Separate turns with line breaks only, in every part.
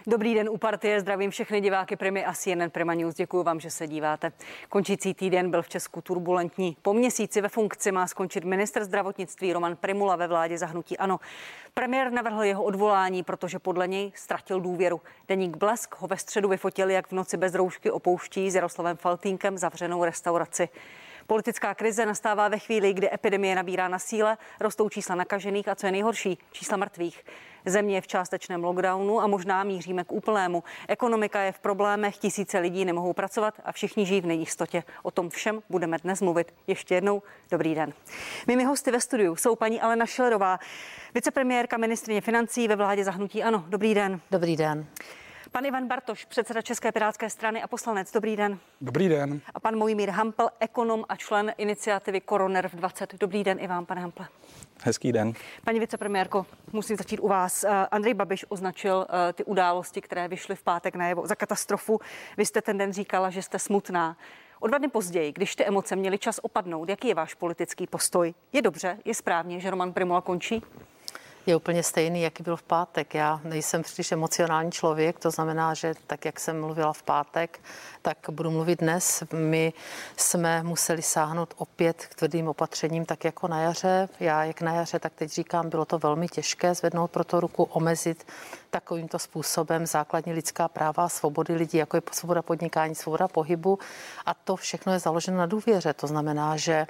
Dobrý den u Partie, zdravím všechny diváky Primy a CNN Prima News. Děkuji vám, že se díváte. Končící týden byl v Česku turbulentní. Po měsíci ve funkci má skončit ministr zdravotnictví Roman Prymula ve vládě za hnutí ANO. Premiér navrhl jeho odvolání, protože podle něj ztratil důvěru. Deník Blesk ho ve středu vyfotil, jak v noci bez roušky opouští s Jaroslavem Faltýnkem zavřenou restauraci. Politická krize nastává ve chvíli, kdy epidemie nabírá na síle, rostou čísla nakažených a co je nejhorší, čísla mrtvých. Země je v částečném lockdownu a možná míříme k úplnému. Ekonomika je v problémech, tisíce lidí nemohou pracovat a všichni žijí v nejistotě. O tom všem budeme dnes mluvit. Ještě jednou dobrý den. Mými hosty ve studiu jsou paní Alena Schillerová, vicepremiérka, ministryně financí ve vládě za hnutí ANO. Dobrý den.
Dobrý den.
Pan Ivan Bartoš, předseda České pirátské strany a poslanec. Dobrý den.
Dobrý den.
A pan Mojmír Hampl, ekonom a člen iniciativy KoroNERV 20. Dobrý den i vám, pane Hample.
Hezký den.
Paní vicepremiérko, musím začít u vás. Andrej Babiš označil ty události, které vyšly v pátek najevo, za katastrofu. Vy jste ten den říkala, že jste smutná. O 2 dny později, když ty emoce měly čas opadnout, jaký je váš politický postoj? Je dobře, je správně, že Roman Prymula končí?
Je úplně stejný, jaký byl v pátek. Já nejsem příliš emocionální člověk, to znamená, že tak, jak jsem mluvila v pátek, tak budu mluvit dnes. My jsme museli sáhnout opět k tvrdým opatřením, tak jako na jaře. Já jak na jaře, tak teď říkám, bylo to velmi těžké zvednout pro to ruku, omezit takovýmto způsobem základní lidská práva a svobody lidí, jako je svoboda podnikání, svoboda pohybu. A to všechno je založeno na důvěře. To znamená, že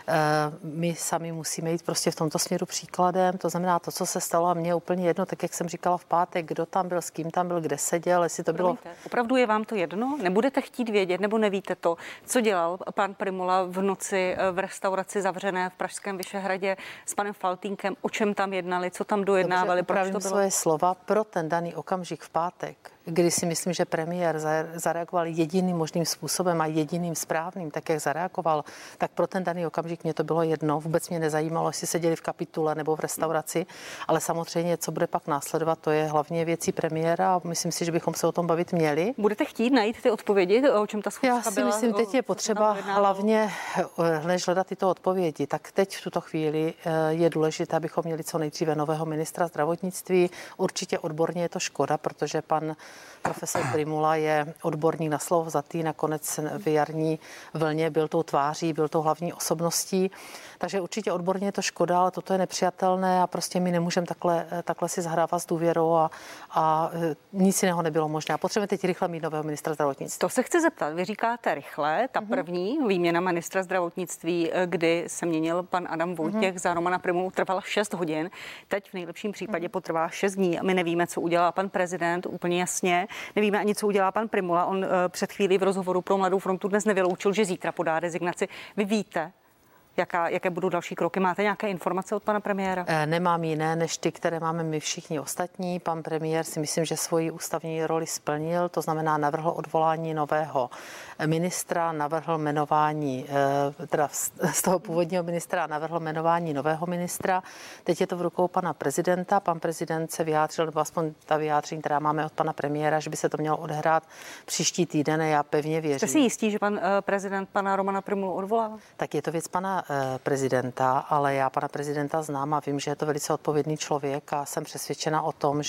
my sami musíme jít prostě v tomto směru příkladem. To znamená to, co se stalo, a mně je úplně jedno, tak jak jsem říkala v pátek, kdo tam byl, s kým tam byl, kde seděl, jestli to bylo.
Opravdu je vám to jedno? Nebudete chtít vědět, nebo nevíte to, co dělal pan Prymula v noci v restauraci zavřené v pražském Vyšehradě s panem Faltýnkem, o čem tam jednali, co tam dojednávali, proč to bylo?
Svoje slova pro ten daný okamžik v pátek, kdy si myslím, že premiér zareagoval jediným možným způsobem a jediným správným, tak jak zareagoval, tak pro ten daný okamžik mě to bylo jedno. Vůbec mě nezajímalo, jestli seděli v kapitule nebo v restauraci, ale samozřejmě, co bude pak následovat, to je hlavně věcí premiéra a myslím si, že bychom se o tom bavit měli.
Budete chtít najít ty odpovědi, o čem ta schůzka byla?
Já si myslím, teď je potřeba hlavně, než hledat tyto odpovědi, tak teď v tuto chvíli je důležité, abychom měli co nejdříve nového ministra zdravotnictví. Určitě odborně je to škoda, protože pan profesor Prymula je odborník na slovo vzatý, nakonec v jarní vlně byl tou tváří, byl tou hlavní osobností, takže určitě odborně je to škoda, ale toto je nepřijatelné a prostě my nemůžeme takhle si zahrávat s důvěrou a nic jiného nebylo možné. Potřebujeme teď rychle mít nového ministra zdravotnictví.
To se chci zeptat, vy říkáte rychle, ta první výměna ministra zdravotnictví, kdy se měnil pan Adam Vojtěch za Romana Prymulu, trvala 6 hodin, teď v nejlepším případě potrvá 6 dní a my nevíme, co udělá pan prezident, úplně jasně. Nevíme ani, co udělá pan Prymula. On před chvílí v rozhovoru pro Mladou frontu dnes nevyloučil, že zítra podá rezignaci. Vy víte, jaké budou další kroky? Máte nějaké informace od pana premiéra?
Nemám jiné, než ty, které máme my všichni ostatní. Pan premiér si myslím, že svoji ústavní roli splnil, to znamená navrhl odvolání nového ministra, navrhl jmenování, teda z toho původního ministra navrhl jmenování nového ministra. Teď je to v rukou pana prezidenta. Pan prezident se vyjádřil, nebo aspoň ta vyjádření, která máme od pana premiéra, že by se to mělo odehrát příští týden a já pevně věřím.
Jste si jistí, že pan prezident pana Romana Prymulu odvolá?
Tak je to věc pana prezidenta, ale já pana prezidenta znám a vím, že je to velice odpovědný člověk a jsem přesvědčena o tom,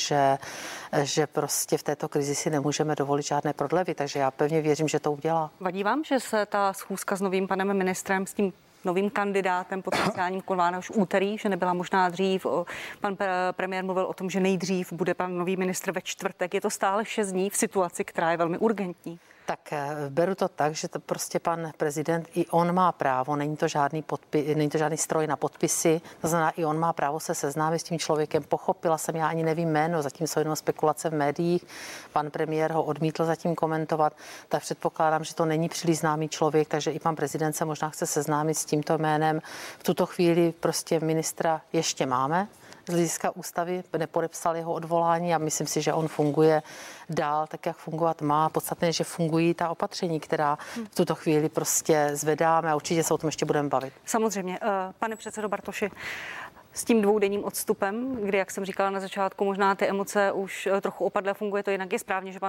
že prostě v této krizi si nemůžeme dovolit žádné prodlevy, takže já pevně věřím, že to udělá.
Vadí vám, že se ta schůzka s novým panem ministrem, s tím novým kandidátem potenciálním konána už úterý, že nebyla možná dřív? Pan premiér mluvil o tom, že nejdřív bude pan nový ministr ve čtvrtek. Je to stále 6 dní v situaci, která je velmi urgentní.
Tak beru to tak, že to prostě pan prezident, i on má právo, není to žádný stroj na podpisy, to znamená, i on má právo se seznámit s tím člověkem. Pochopila jsem, já ani nevím jméno, zatím jsou jenom spekulace v médiích, pan premiér ho odmítl zatím komentovat, tak předpokládám, že to není příliš známý člověk, takže i pan prezident se možná chce seznámit s tímto jménem. V tuto chvíli prostě ministra ještě máme. Z hlediska ústavy nepodepsal jeho odvolání a myslím si, že on funguje dál tak, jak fungovat má. Podstatné je, že fungují ta opatření, která v tuto chvíli prostě zvedáme a určitě se o tom ještě budeme bavit.
Samozřejmě. Pane předsedo Bartoši, s tím 2denním odstupem, kdy, jak jsem říkala na začátku, možná ty emoce už trochu opadly a funguje to jinak, je správně, že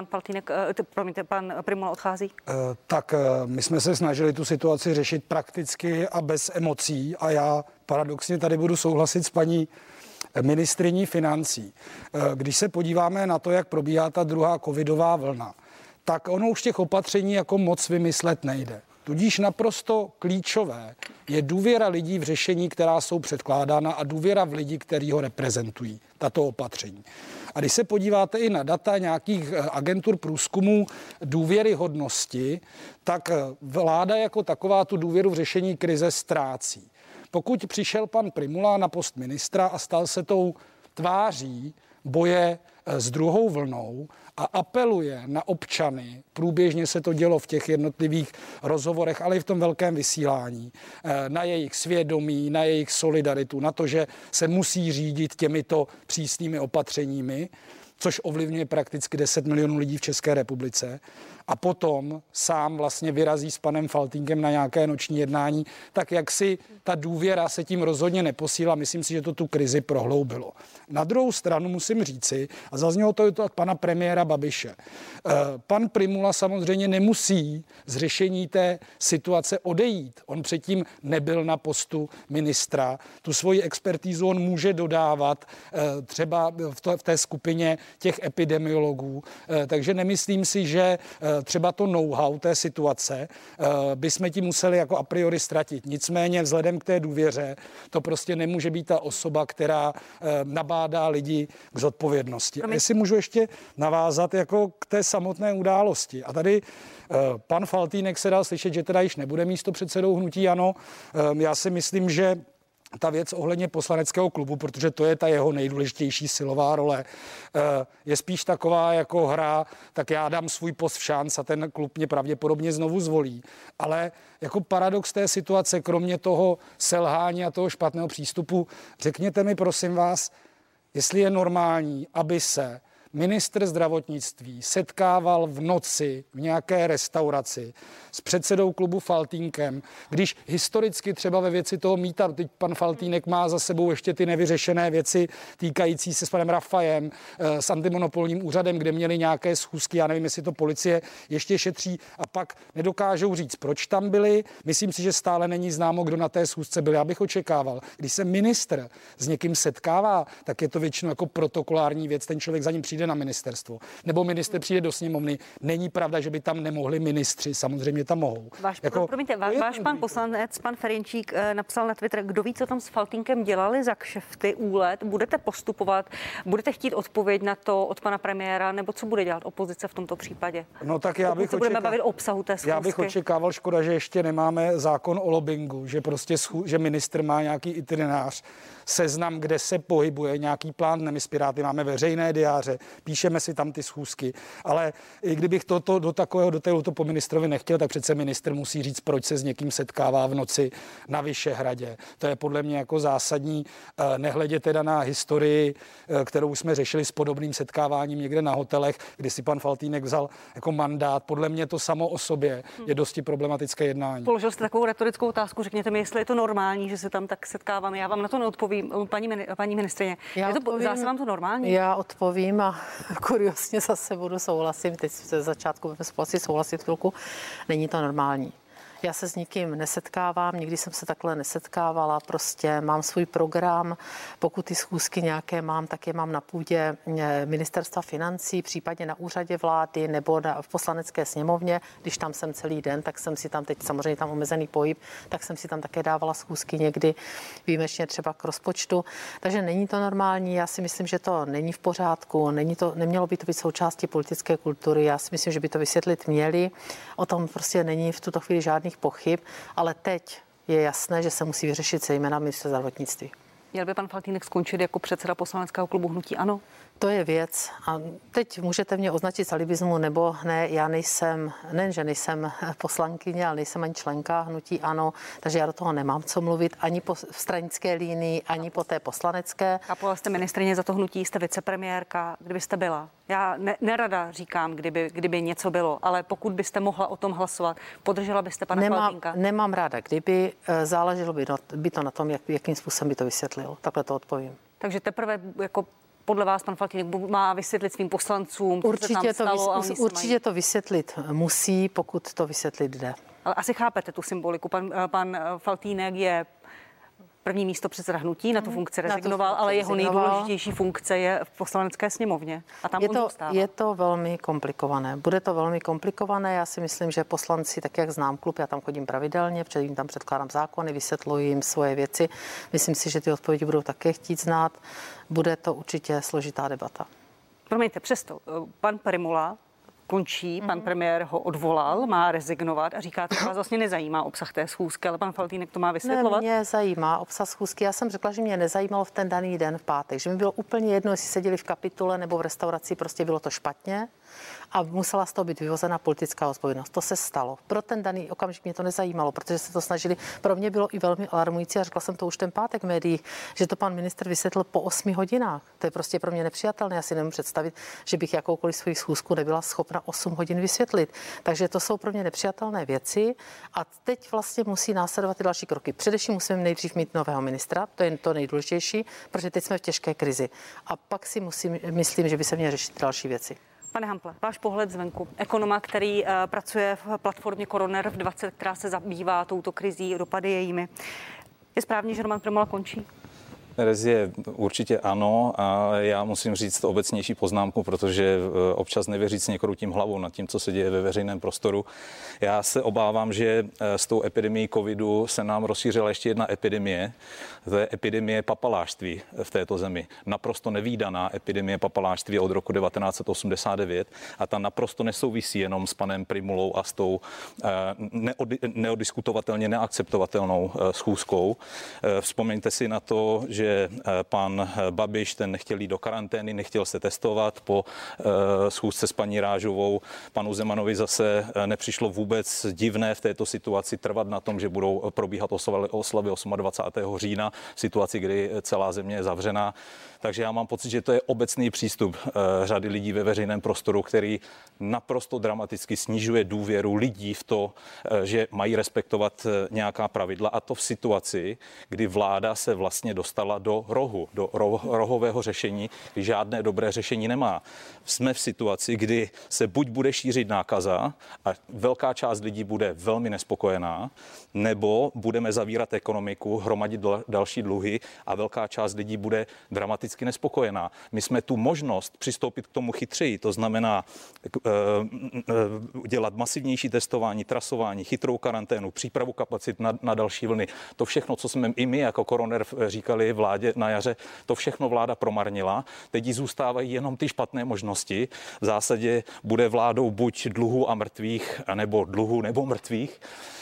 pan Prymula odchází?
Tak my jsme se snažili tu situaci řešit prakticky a bez emocí a já paradoxně tady budu souhlasit s paní ministryní financí. Když se podíváme na to, jak probíhá ta druhá covidová vlna, tak ono už těch opatření jako moc vymyslet nejde. Tudíž naprosto klíčové je důvěra lidí v řešení, která jsou předkládána a důvěra v lidi, kteří ho reprezentují, tato opatření. A když se podíváte i na data nějakých agentur průzkumu důvěryhodnosti, tak vláda jako taková tu důvěru v řešení krize ztrácí. Pokud přišel pan Prymula na post ministra a stal se tou tváří boje s druhou vlnou a apeluje na občany, průběžně se to dělo v těch jednotlivých rozhovorech, ale i v tom velkém vysílání, na jejich svědomí, na jejich solidaritu, na to, že se musí řídit těmito přísnými opatřeními, což ovlivňuje prakticky 10 milionů lidí v České republice, a potom sám vlastně vyrazí s panem Faltýnkem na nějaké noční jednání, tak jak si ta důvěra se tím rozhodně neposílá. Myslím si, že to tu krizi prohloubilo. Na druhou stranu musím říci, a zaznělo to od pana premiéra Babiše, pan Prymula samozřejmě nemusí z řešení té situace odejít. On předtím nebyl na postu ministra. Tu svoji expertízu on může dodávat třeba v té skupině těch epidemiologů. Takže nemyslím si, že třeba to know-how té situace bychom tím museli jako a priori ztratit. Nicméně vzhledem k té důvěře to prostě nemůže být ta osoba, která nabádá lidi k zodpovědnosti. A jestli můžu ještě navázat jako k té samotné události. A tady pan Faltýnek se dal slyšet, že teda již nebude místopředsedou hnutí ANO. Já si myslím, že ta věc ohledně poslaneckého klubu, protože to je ta jeho nejdůležitější silová role, je spíš taková jako hra, tak já dám svůj post v šanc a ten klub mě pravděpodobně znovu zvolí. Ale jako paradox té situace, kromě toho selhání a toho špatného přístupu, řekněte mi prosím vás, jestli je normální, aby se ministr zdravotnictví setkával v noci v nějaké restauraci s předsedou klubu Faltýnkem, když historicky třeba ve věci toho mýta, teď pan Faltýnek má za sebou ještě ty nevyřešené věci týkající se s panem Rafajem, s antimonopolním úřadem, kde měli nějaké schůzky, já nevím, jestli to policie ještě šetří, a pak nedokážou říct, proč tam byli. Myslím si, že stále není známo, kdo na té schůzce byl. Já bych očekával, když se ministr s někým setkává, tak je to většinou jako protokolární věc, ten člověk za ním přijde na ministerstvo, nebo ministr přijde do sněmovny. Není pravda, že by tam nemohli ministři, samozřejmě tam mohou.
Váš pan poslanec, pan Ferjenčík, napsal na Twitter, kdo ví, co tam s Faltýnkem dělali za kšefty, úlet, budete postupovat, budete chtít odpověď na to od pana premiéra, nebo co bude dělat opozice v tomto případě?
No tak
budeme bavit o obsahu té schůzky.
Já bych očekával, škoda, že ještě nemáme zákon o lobbingu, že prostě že ministr má nějaký itinerář, seznam, kde se pohybuje, nějaký plán. My s Piráty máme veřejné diáře, píšeme si tam ty schůzky, ale i kdybych do takového detailu to po ministrovi nechtěl, tak přece ministr musí říct, proč se s někým setkává v noci na Vyšehradě. To je podle mě jako zásadní, nehledě teda na historii, kterou jsme řešili s podobným setkáváním někde na hotelech, kdy si pan Faltýnek vzal jako mandát. Podle mě to samo o sobě je dosti problematické jednání.
Položil jste takovou retorickou otázku, řekněte mi, jestli je to normální, že se tam tak setkáváme. Já vám na to neodpovím, paní ministryně. Zdá se vám to normální?
Já odpovím a kuriozně zase souhlasím. Teď ze začátku budeme společně souhlasit chvilku. Není to normální. Já se s nikým nesetkávám, nikdy jsem se takhle nesetkávala, prostě mám svůj program, pokud ty schůzky nějaké mám, tak je mám na půdě ministerstva financí, případně na úřadě vlády nebo v poslanecké sněmovně. Když tam jsem celý den, tak jsem si tam teď samozřejmě tam omezený pohyb, tak jsem si tam také dávala schůzky někdy výjimečně třeba k rozpočtu. Takže není to normální, já si myslím, že to není v pořádku, nemělo by to být součástí politické kultury, já si myslím, že by to vysvětlit měli. O tom prostě není v tuto chvíli žádných pochyb, ale teď je jasné, že se musí vyřešit zejména ministr zdravotnictví.
Měl by pan Faltýnek skončit jako předseda poslaneckého klubu hnutí ANO?
To je věc. A teď můžete mě označit za alibismu nebo ne, já nejsem, nejenže nejsem poslankyně, ale nejsem ani členka hnutí ANO, takže já do toho nemám co mluvit ani po stranické línii, ani po té poslanecké.
Chápala jste ministryně za to hnutí, jste vicepremiérka, kdybyste byla. Já nerada říkám, kdyby něco bylo, ale pokud byste mohla o tom hlasovat, podržela byste pana Faltýnka?
Nemám ráda, kdyby záleželo by to na tom, jakým způsobem by to vysvětlil. Takhle to odpovím.
Takže teprve jako podle vás pan Faltýnek má vysvětlit svým poslancům, co se tam stalo?
Určitě to vysvětlit musí, pokud to vysvětlit jde.
Ale asi chápete tu symboliku. Pan Faltýnek je první místo předseda hnutí, na tu funkci rezignoval, ale jeho nejdůležitější funkce je v Poslanecké sněmovně. A tam
je to velmi komplikované. Bude to velmi komplikované. Já si myslím, že poslanci, tak jak znám klub, já tam chodím pravidelně, jim tam předkládám zákony, vysvětluji jim svoje věci. Myslím si, že ty odpovědi budou také chtít znát. Bude to určitě složitá debata.
Promiňte, přesto, pan Prymula končí, pan premiér ho odvolal, má rezignovat a říkáte, že vás vlastně nezajímá obsah té schůzky, ale pan Faltýnek to má vysvětlovat?
Ne, mě zajímá obsah schůzky. Já jsem řekla, že mě nezajímalo v ten daný den v pátek, že mi bylo úplně jedno, jestli seděli v kapitule nebo v restauraci, prostě bylo to špatně a musela z toho být vyvozena politická odpovědnost. To se stalo. Pro ten daný okamžik mě to nezajímalo, protože se to snažili. Pro mě bylo i velmi alarmující a řekla jsem to už ten pátek v médiích, že to pan ministr vysvětlil po 8 hodinách. To je prostě pro mě nepřijatelné. Já si nemůžu představit, že bych jakoukoliv svou schůzku nebyla schopna 8 hodin vysvětlit. Takže to jsou pro mě nepřijatelné věci a teď vlastně musí následovat i další kroky. Především musíme nejdřív mít nového ministra, to je to nejdůležitější, protože teď jsme v těžké krizi. A pak si myslím, že by se měly řešit další věci.
Pane Hample, váš pohled zvenku. Ekonoma, který pracuje v platformě Koroner v 20, která se zabývá touto krizí, dopady jejími. Je správně, že Roman Prymula končí?
Terezie, určitě ano a já musím říct obecnější poznámku, protože občas nevěříc někroutím hlavou nad tím, co se děje ve veřejném prostoru. Já se obávám, že s tou epidemií covidu se nám rozšířila ještě jedna epidemie. To je epidemie papalášství v této zemi. Naprosto nevídaná epidemie papalášství od roku 1989 a ta naprosto nesouvisí jenom s panem Prymulou a s tou neodiskutovatelně neakceptovatelnou schůzkou. Vzpomeňte si na to, že pan Babiš, ten nechtěl jít do karantény, nechtěl se testovat po schůzce s paní Rážovou. Panu Zemanovi zase nepřišlo vůbec divné v této situaci trvat na tom, že budou probíhat oslavy 28. října, v situaci, kdy celá země je zavřená. Takže já mám pocit, že to je obecný přístup řady lidí ve veřejném prostoru, který naprosto dramaticky snižuje důvěru lidí v to, že mají respektovat nějaká pravidla, a to v situaci, kdy vláda se vlastně dostala do rohového řešení, kdy žádné dobré řešení nemá. Jsme v situaci, kdy se buď bude šířit nákaza a velká část lidí bude velmi nespokojená, nebo budeme zavírat ekonomiku, hromadit další dluhy a velká část lidí bude dramaticky nespokojená. My jsme tu možnost přistoupit k tomu chytřeji, to znamená dělat masivnější testování, trasování, chytrou karanténu, přípravu kapacit na další vlny. To všechno, co jsme i my jako Koroner říkali vládě na jaře, to všechno vláda promarnila. Teď jí zůstávají jenom ty špatné možnosti. V zásadě bude vládou buď dluhu a mrtvých, nebo dluhu nebo mrtvých.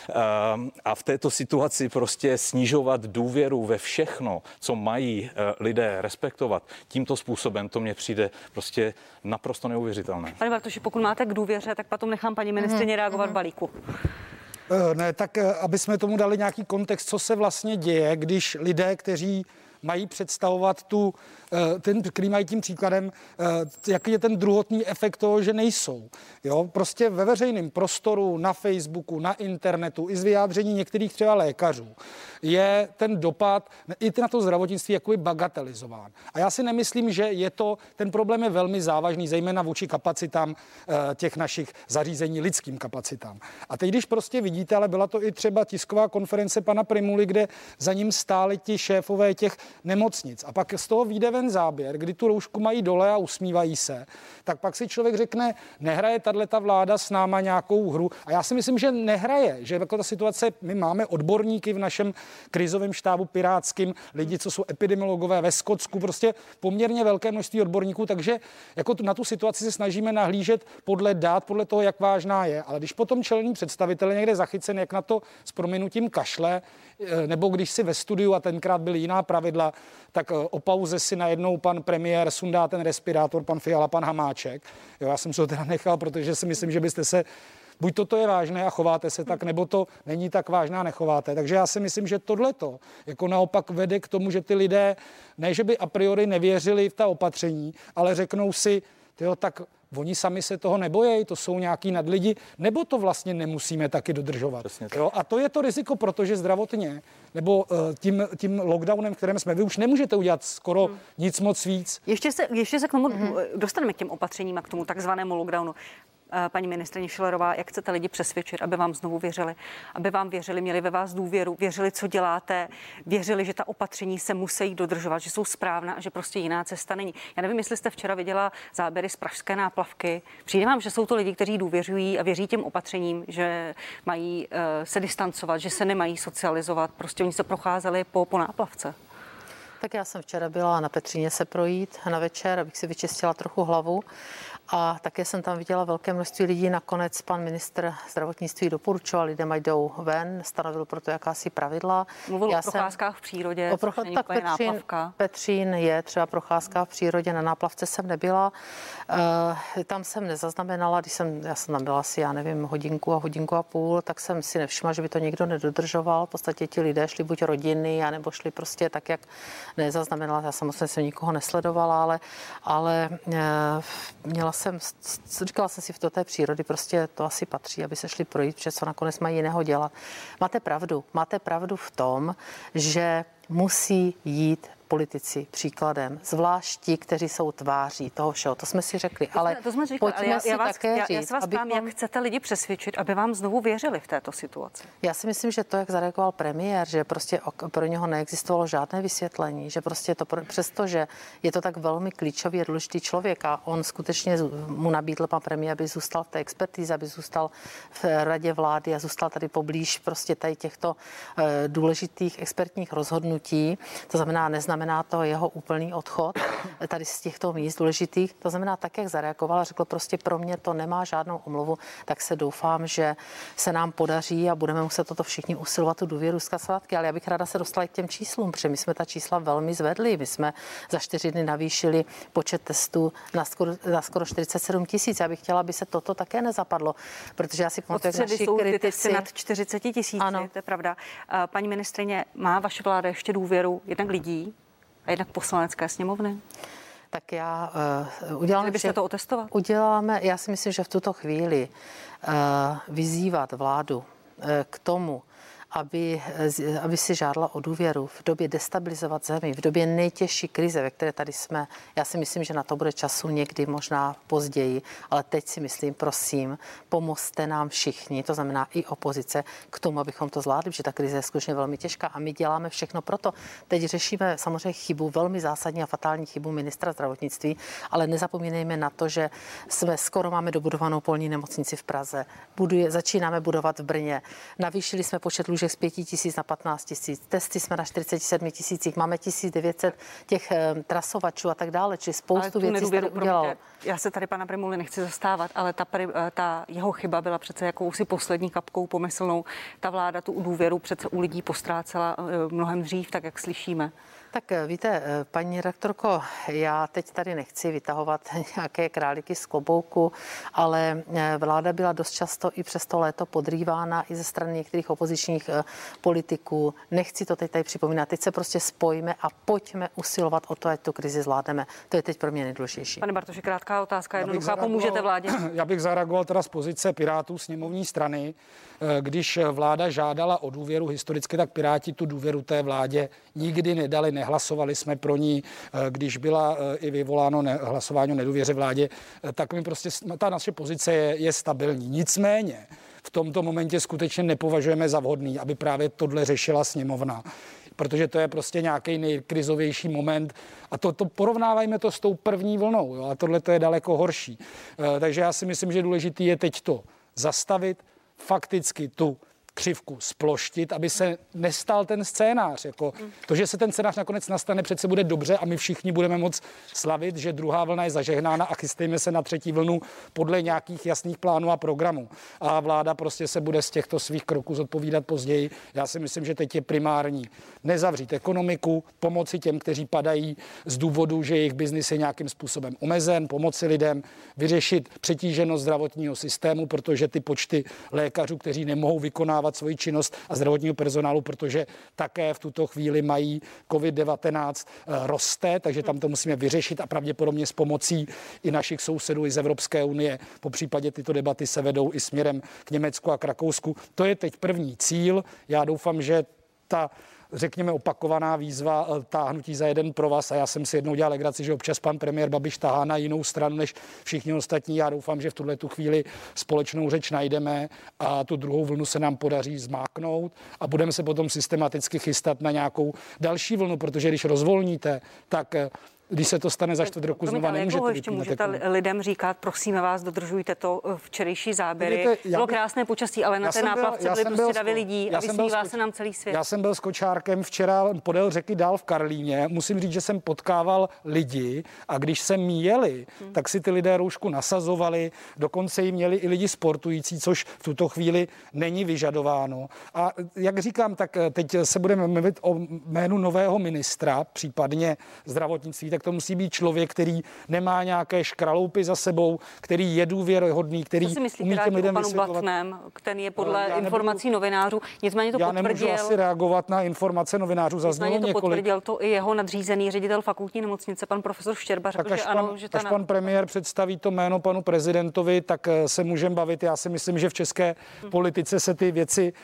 A v této situaci prostě snižovat důvěru ve všechno, co mají lidé respektovat, tímto způsobem, to mně přijde prostě naprosto neuvěřitelné.
Pane Bartoši, pokud máte k důvěře, tak potom nechám paní ministryně reagovat balíku.
Ne, tak aby jsme tomu dali nějaký kontext, co se vlastně děje, když lidé, kteří mají představovat který mají tím příkladem, jaký je ten druhotný efekt toho, že nejsou. Jo? Prostě ve veřejném prostoru, na Facebooku, na internetu, i z vyjádření některých třeba lékařů, je ten dopad i na to zdravotnictví jakoby bagatelizován. A já si nemyslím, že ten problém je velmi závažný, zejména vůči kapacitám těch našich zařízení, lidským kapacitám. A teď, když prostě vidíte, ale byla to i třeba tisková konference pana Prymuly, kde za ním stáli ti šéfové těch nemocnic. A pak z toho vyjde ven záběr, kdy tu roušku mají dole a usmívají se, tak pak si člověk řekne, nehraje tato vláda s náma nějakou hru. A já si myslím, že nehraje, že jako ta situace, my máme odborníky v našem krizovém štábu pirátským, lidi, co jsou epidemiologové ve Skotsku, prostě poměrně velké množství odborníků, takže jako na tu situaci se snažíme nahlížet podle dat, podle toho, jak vážná je. Ale když potom čelní představitel je někde zachycen, jak na to s prominutím kašle, nebo když si ve studiu, a tenkrát byly jiná pravidla, tak o pauze si najednou pan premiér sundá ten respirátor, pan Fiala, pan Hamáček. Jo, já jsem se to teda nechal, protože si myslím, že byste se buď toto je vážné a chováte se tak, nebo to není tak vážné a nechováte. Takže já si myslím, že tohleto jako naopak vede k tomu, že ty lidé, ne že by a priori nevěřili v ta opatření, ale řeknou si, tak oni sami se toho nebojí, to jsou nějaký nadlidi, nebo to vlastně nemusíme taky dodržovat. Jo? A to je to riziko, protože zdravotně, nebo tím lockdownem, kterém jsme, vy už nemůžete udělat skoro nic moc víc.
Ještě se k tomu dostaneme k těm opatřením a k tomu takzvanému lockdownu. paní ministryně Schillerová, jak chcete lidi přesvědčit, aby vám znovu věřili, aby vám věřili, měli ve vás důvěru, věřili, co děláte, věřili, že ta opatření se musí dodržovat, že jsou správná a že prostě jiná cesta není. Já nevím, jestli jste včera viděla záběry z pražské náplavky. Přijde vám, že jsou to lidi, kteří důvěřují a věří těm opatřením, že mají se distancovat, že se nemají socializovat, prostě oni se procházeli po náplavce.
Tak já jsem včera byla na Petříně se projít na večer, abych si vyčistila trochu hlavu. A také jsem tam viděla velké množství lidí. Nakonec pan ministr zdravotnictví doporučoval lidem, ať jdou ven, stanovil proto jakási pravidla.
Mluvil o procházkách v přírodě.
Tak Petřín je třeba procházka v přírodě, na náplavce jsem nebyla. Tam jsem nezaznamenala, já jsem tam byla asi, já nevím, hodinku a půl, tak jsem si nevšimla, že by to někdo nedodržoval. V podstatě ti lidé šli buď rodiny, anebo šli prostě tak, jak nezaznamenala. Já samozřejmě jsem nikoho nesledovala, ale říkala jsem si, do té přírody prostě to asi patří, aby se šli projít, protože co nakonec mají jiného dělat. Máte pravdu v tom, že musí jít politici příkladem, zvlášť ti, kteří jsou tváří toho všeho. To jsme si řekli, ale pojďme si také říct.
Já se vás ptám, jak chcete lidi přesvědčit, aby vám znovu věřili v této situaci?
Já si myslím, že to, jak zareagoval premiér, že prostě pro něho neexistovalo žádné vysvětlení, že prostě to přestože je to tak velmi klíčový a důležitý člověk a on skutečně mu nabídl pan premiér, aby zůstal v té expertíze, aby zůstal v radě vlády a zůstal tady poblíž prostě tady těchto důležitých expertních rozhodnutí. To znamená to jeho úplný odchod tady z těchto míst důležitých. To znamená tak, jak zareagoval a řekl prostě pro mě to nemá žádnou omluvu, tak se doufám, že se nám podaří a budeme muset toto všichni usilovat tu důvěru zpátky. Ale já bych ráda se dostala k těm číslům, protože my jsme ta čísla velmi zvedli. My jsme za 4 dny navýšili počet testů na skoro 47 000. Já bych chtěla, aby se toto také nezapadlo, protože já si pamatuju, jak naši kritici
nad 40 000, to je pravda. Paní ministryně, má vaše vláda ještě důvěru jednak lidí a jednak Poslanecké sněmovny?
Tak já uděláme...
Byste to otestovat?
Já si myslím, že v tuto chvíli vyzývat vládu k tomu, aby si žádala o důvěru v době destabilizovat zemi, v době nejtěžší krize, ve které tady jsme. Já si myslím, že na to bude času někdy možná později, ale teď si myslím, prosím, pomozte nám všichni, to znamená i opozice, k tomu, abychom to zvládli, protože ta krize je skutečně velmi těžká a my děláme všechno proto. Teď řešíme samozřejmě chybu, velmi zásadní a fatální chybu ministra zdravotnictví, ale nezapomínejme na to, že skoro máme dobudovanou polní nemocnici v Praze. Začínáme budovat v Brně. Navýšili jsme počet lůžek z 5 000 na 15 000. Testy jsme na 47 000. Máme 1900 těch trasovačů a tak dále. Čili spoustu věcí jste udělal.
Já se tady pana Prymuly nechci zastávat, ale ta jeho chyba byla přece jakousi poslední kapkou pomyslnou. Ta vláda tu důvěru přece u lidí postrácela mnohem dřív, tak jak slyšíme.
Tak víte, paní redaktorko, já teď tady nechci vytahovat nějaké králíky z klobouku, ale vláda byla dost často i přes to léto podrývána i ze strany některých opozičních politiků. Nechci to teď tady připomínat. Teď se prostě spojíme a pojďme usilovat o to, ať tu krizi zvládneme. To je teď pro mě nejdůležitější.
Pane Bartoši, krátká otázka, jednoduchá, pomůžete vládě?
Já bych zareagoval teda z pozice Pirátů sněmovní strany. Když vláda žádala o důvěru historicky, tak Piráti tu důvěru té vládě nikdy nedali, nehlasovali jsme pro ní. Když byla i vyvoláno hlasování o nedůvěře vládě, tak my prostě ta naše pozice je stabilní. Nicméně v tomto momentě skutečně nepovažujeme za vhodný, aby právě tohle řešila sněmovna, protože to je prostě nějaký nejkrizovější moment a to porovnávajme to s tou první vlnou, jo? A tohle to je daleko horší. Takže já si myslím, že důležitý je teď to zastavit, fakticky tu křivku sploštit, aby se nestal ten scénář. Jako to, že se ten scénář nakonec nastane, přece bude dobře a my všichni budeme moc slavit, že druhá vlna je zažehnána a chystejme se na třetí vlnu podle nějakých jasných plánů a programů. A vláda prostě se bude z těchto svých kroků zodpovídat později. Já si myslím, že teď je primární nezavřít ekonomiku, pomoci těm, kteří padají z důvodu, že jejich biznis je nějakým způsobem omezen, pomoci lidem, vyřešit přetíženost zdravotního systému, protože ty počty lékařů, kteří nemohou vykonávat svoji činnost a zdravotního personálu, protože také v tuto chvíli mají COVID-19 roste, takže tam to musíme vyřešit a pravděpodobně s pomocí i našich sousedů i z Evropské unie. Po případě tyto debaty se vedou i směrem k Německu a k Rakousku. To je teď první cíl. Já doufám, že ta řekněme, opakovaná výzva táhnutí za jeden provaz a já jsem si jednou dělal legraci, že občas pan premiér Babiš tahá na jinou stranu než všichni ostatní. Já doufám, že v tuhletu chvíli společnou řeč najdeme a tu druhou vlnu se nám podaří zmáknout a budeme se potom systematicky chystat na nějakou další vlnu, protože když rozvolníte, tak když se to stane za 4 roku znova, nemůžete
ještě můžete lidem říkat, prosíme vás, dodržujte to včerejší záběry. Vidíte, bylo krásné počasí, ale na té náplavce byly prostě davy lidí a vysmívá se nám celý svět.
Já jsem byl s kočárkem včera podél řeky dál v Karlíně. Musím říct, že jsem potkával lidi a když jsem míjeli, tak si ty lidé roušku nasazovali, dokonce ji měli i lidi sportující, což v tuto chvíli není vyžadováno. A jak říkám, tak teď se budeme mluvit o jménu nového ministra, případně zdravotnictví, tak to musí být člověk, který nemá nějaké škraloupy za sebou, který je důvěryhodný, který
umí těm lidem vysvětlovat. Blatném, ten je podle informací novinářů, nicméně to potvrdil.
Já nemůžu asi reagovat na informace novinářů, zaznělo několik.
Potvrdil to i jeho nadřízený ředitel fakultní nemocnice, pan profesor Štěrba, řekl, že ano, že
až pan premiér představí to jméno panu prezidentovi, tak se můžeme bavit. Já si myslím, že v české politice se ty věci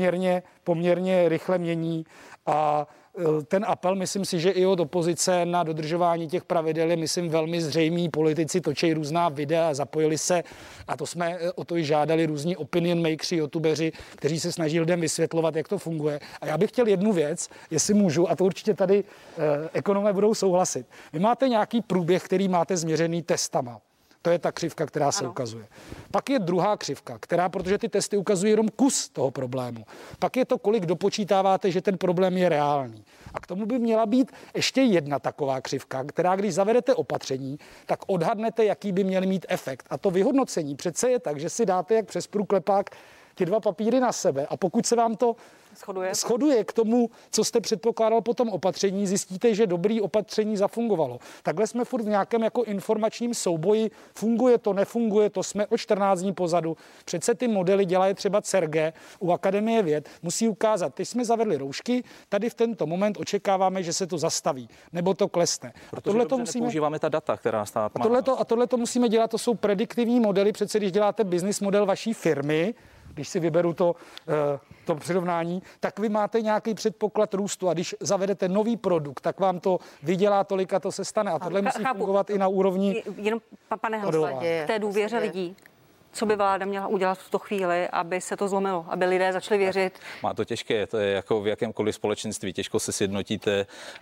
poměrně rychle mění a ten apel, myslím si, že i od opozice na dodržování těch pravidel je, myslím, velmi zřejmý. Politici točí různá videa, zapojili se a to jsme o to i žádali různí opinion makeři, youtubeři, kteří se snaží lidem vysvětlovat, jak to funguje. A já bych chtěl jednu věc, jestli můžu, a to určitě tady ekonomé budou souhlasit. Vy máte nějaký průběh, který máte změřený testama. To je ta křivka, která se ukazuje. Pak je druhá křivka, která, protože ty testy ukazují jenom kus toho problému. Pak je to, kolik dopočítáváte, že ten problém je reálný. A k tomu by měla být ještě jedna taková křivka, která, když zavedete opatření, tak odhadnete, jaký by měl mít efekt. A to vyhodnocení přece je tak, že si dáte jak přes průklepák ty dva papíry na sebe a pokud se vám to shoduje k tomu, co jste předpokládal po tom opatření, zjistíte, že dobrý opatření zafungovalo. Takhle jsme furt v nějakém jako informačním souboji. Funguje to, nefunguje to, jsme o 14 dní pozadu. Přece ty modely dělají třeba CERGE u Akademie věd. Musí ukázat, teď jsme zavedli roušky, tady v tento moment očekáváme, že se to zastaví, nebo to klesne.
A tohle to musíme používáme ta data, která stát má.
A tohle to musíme dělat, to jsou prediktivní modely, přece když děláte business model vaší firmy, když si vyberu to přirovnání, tak vy máte nějaký předpoklad růstu a když zavedete nový produkt, tak vám to vydělá tolik a to se stane. A tohle musí fungovat i na úrovni.
Jenom, pane Hansle, k té důvěře lidí. Co by vláda měla udělat v tuto chvíli, aby se to zlomilo, aby lidé začali věřit?
Má to těžké, to je jako v jakémkoliv společenství. Těžko se sjednotíte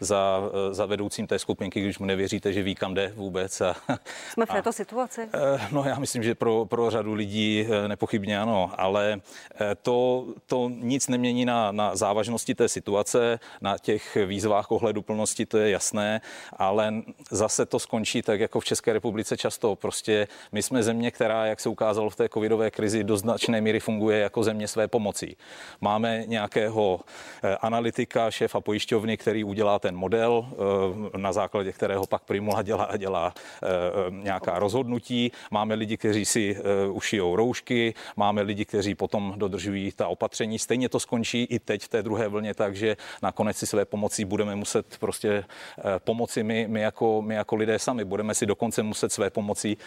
za vedoucím té skupinky, když mu nevěříte, že ví, kam jde vůbec.
Jsme v této situaci?
No já myslím, že pro řadu lidí nepochybně ano, ale to nic nemění na závažnosti té situace, na těch výzvách ohleduplnosti, to je jasné, ale zase to skončí tak, jako v České republice často. Prostě my jsme země, která, jak se ukázalo v té covidové krizi, do značné míry funguje jako země své pomocí. Máme nějakého analytika, šéfa pojišťovny, který udělá ten model, na základě kterého pak Prymula dělá nějaká rozhodnutí. Máme lidi, kteří si ušijou roušky, máme lidi, kteří potom dodržují ta opatření. Stejně to skončí i teď v té druhé vlně, takže nakonec si své pomocí budeme muset prostě pomoci my jako lidé sami. Budeme si dokonce muset své pomoci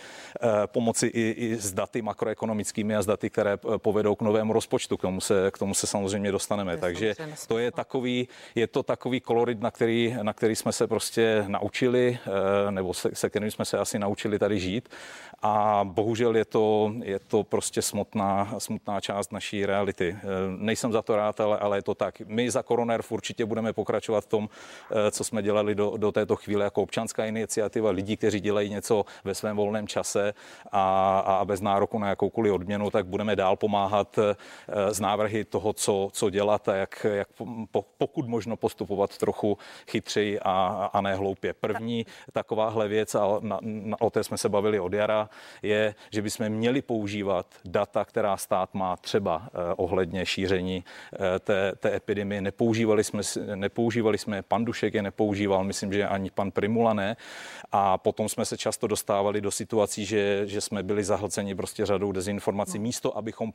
i s daty makroekonomickými a s daty, které povedou k novému rozpočtu. K tomu se samozřejmě dostaneme. Takže to je to takový kolorit, na který jsme se prostě naučili, nebo se kterým jsme se asi naučili tady žít. A bohužel je to prostě smutná část naší reality. Nejsem za to rád, ale je to tak. My za Koronerv určitě budeme pokračovat v tom, co jsme dělali do této chvíle jako občanská iniciativa lidí, kteří dělají něco ve svém volném čase a bez nároku na jakoukoliv odměnu, tak budeme dál pomáhat z návrhy toho, co dělat a jak pokud možno postupovat trochu chytřeji a ne hloupě. První takováhle věc, a o té jsme se bavili od jara, je, že bychom měli používat data, která stát má třeba ohledně šíření té epidemie. Nepoužívali jsme, pan Dušek je nepoužíval, myslím, že ani pan Prymula ne. A potom jsme se často dostávali do situací, že jsme byli zahlceni prostě řadou dezinformací, místo abychom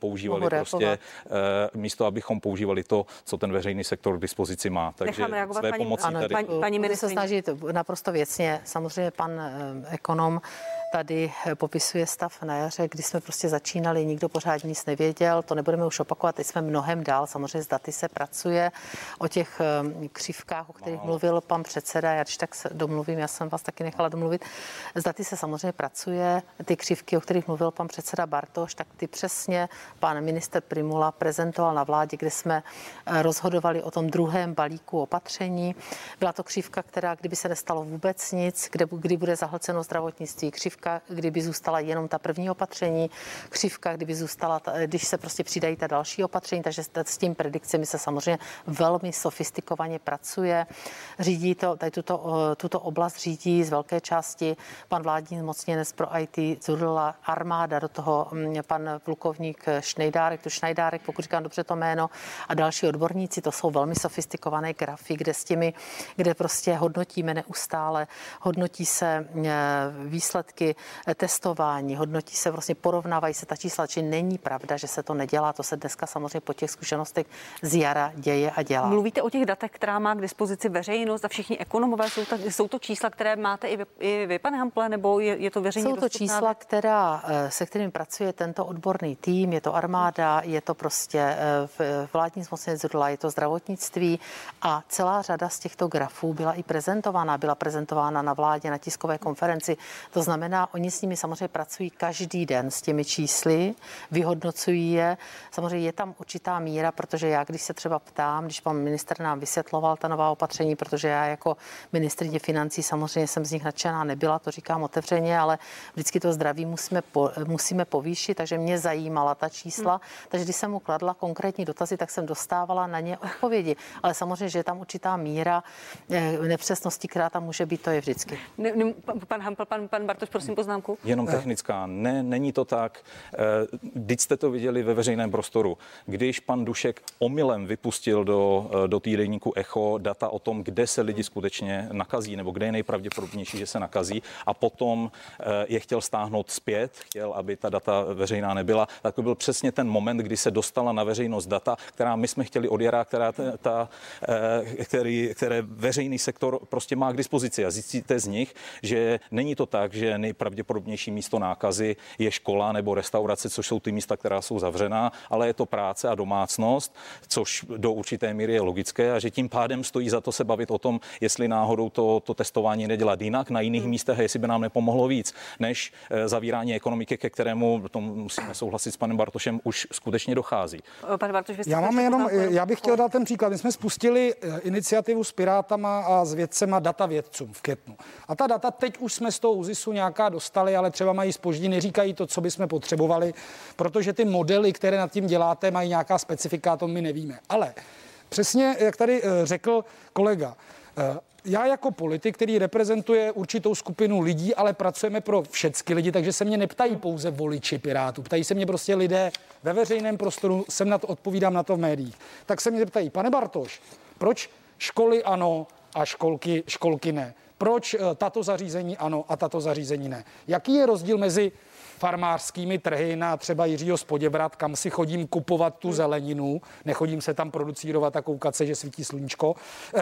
používali to, co ten veřejný sektor k dispozici má. Takže své pomocí tady.
Paní ministryně se snaží naprosto věcně. Samozřejmě pan ekonom tady popisuje stav na jaře, kdy jsme prostě začínali, nikdo pořádně nic nevěděl, to nebudeme už opakovat, teď jsme mnohem dál, samozřejmě s daty se pracuje, o těch křivkách, o kterých mluvil pan předseda, já když tak se domluvím, já jsem vás taky nechala domluvit, s daty se samozřejmě pracuje, ty křivky, o kterých mluvil pan předseda Bartoš, tak ty přesně pan minister Prymula prezentoval na vládě, kde jsme rozhodovali o tom druhém balíku opatření. Byla to křivka, která, kdyby se nestalo vůbec nic, kdy bude zahlceno zdravotnictví, křivka, kdyby zůstala jenom ta první opatření, křivka, kdyby zůstala, když se prostě přidají ta další opatření, takže s tím predikcemi se samozřejmě velmi sofistikovaně pracuje. Řídí to, tady tuto oblast řídí z velké části pan vládní zmocněnec pro IT, Zurla armáda, do toho pan plukovník Šnejdárek, pokud říkám dobře to jméno, a další odborníci, to jsou velmi sofistikované grafy, kde prostě hodnotíme neustále, hodnotí se výsledky testování, hodnotí se, vlastně porovnávají se ta čísla, či není pravda, že se to nedělá, to se dneska samozřejmě po těch zkušenostech z jara děje a dělá.
Mluvíte o těch datech, která má k dispozici veřejnost a všichni ekonomové, jsou to čísla, které máte i vy, pane Hample, nebo je to veřejně dostupná?
Jsou to čísla, se kterými pracuje tento odborný tým, je to armáda, je to prostě vládní zmocněnec Zurla, je to zdravotnictví a celá řada z těchto grafů byla prezentována na vládě, na tiskové konferenci. To znamená, oni s nimi samozřejmě pracují každý den s těmi čísly, vyhodnocují je. Samozřejmě je tam určitá míra, protože já, když se třeba ptám, když pan ministr nám vysvětloval ta nová opatření, protože já jako ministryně financí samozřejmě jsem z nich nadšená nebyla, to říkám otevřeně, ale vždycky to zdraví musíme povýšit, takže mě zajímala ta čísla. Takže když jsem mu kladla konkrétní dotazy, tak jsem dostávala na ně odpovědi. Ale samozřejmě, že je tam určitá míra nepřesnosti, která tam může být, to je vždycky.
Pan Hampl, pan Bartoš, prosím poznámku.
Jenom technická. Ne, není to tak. Vždyť jste to viděli ve veřejném prostoru. Když pan Dušek omylem vypustil do týdeníku Echo data o tom, kde se lidi skutečně nakazí, nebo kde je nejpravděpodobnější, že se nakazí, a potom je chtěl stáhnout zpět, chtěl, aby ta data veřejná nebyla, tak to byl přesně ten moment, kdy se dostala na veřejnost data, která my jsme chtěli od jara, které veřejný sektor prostě má k dispozici. A zjistíte z nich, že není to tak, že nejpravděpodobnější místo nákazy je škola nebo restaurace, což jsou ty místa, která jsou zavřená, ale je to práce a domácnost, což do určité míry je logické, a že tím pádem stojí za to se bavit o tom, jestli náhodou to testování nedělat jinak na jiných místech, jestli by nám nepomohlo víc, než zavírání ekonomiky, ke kterému, to musíme souhlasit s panem Bartošem, už skutečně dochází.
Pan Bartoš,
já bych chtěl dát ten příklad. My jsme spustili iniciativu s Pirátama a s vědcema data vědcům v květnu. A ta data teď už jsme z toho ÚZISu nějaká dostali, ale třeba mají zpoždění, neříkají to, co bychom potřebovali, protože ty modely, které nad tím děláte, mají nějaká specifika, to my nevíme. Ale přesně, jak tady řekl kolega, já jako politik, který reprezentuje určitou skupinu lidí, ale pracujeme pro všechny lidi, takže se mě neptají pouze voliči Pirátů, ptají se mě prostě lidé ve veřejném prostoru, jsem na to odpovídám na to v médiích. Tak se mě ptají, pane Bartoš, proč školy ano a školky ne? Proč tato zařízení ano a tato zařízení ne? Jaký je rozdíl mezi farmářskými trhy na třeba Jiřího z Poděbrad, kam si chodím kupovat tu zeleninu, nechodím se tam producírovat a koukat se, že svítí sluníčko,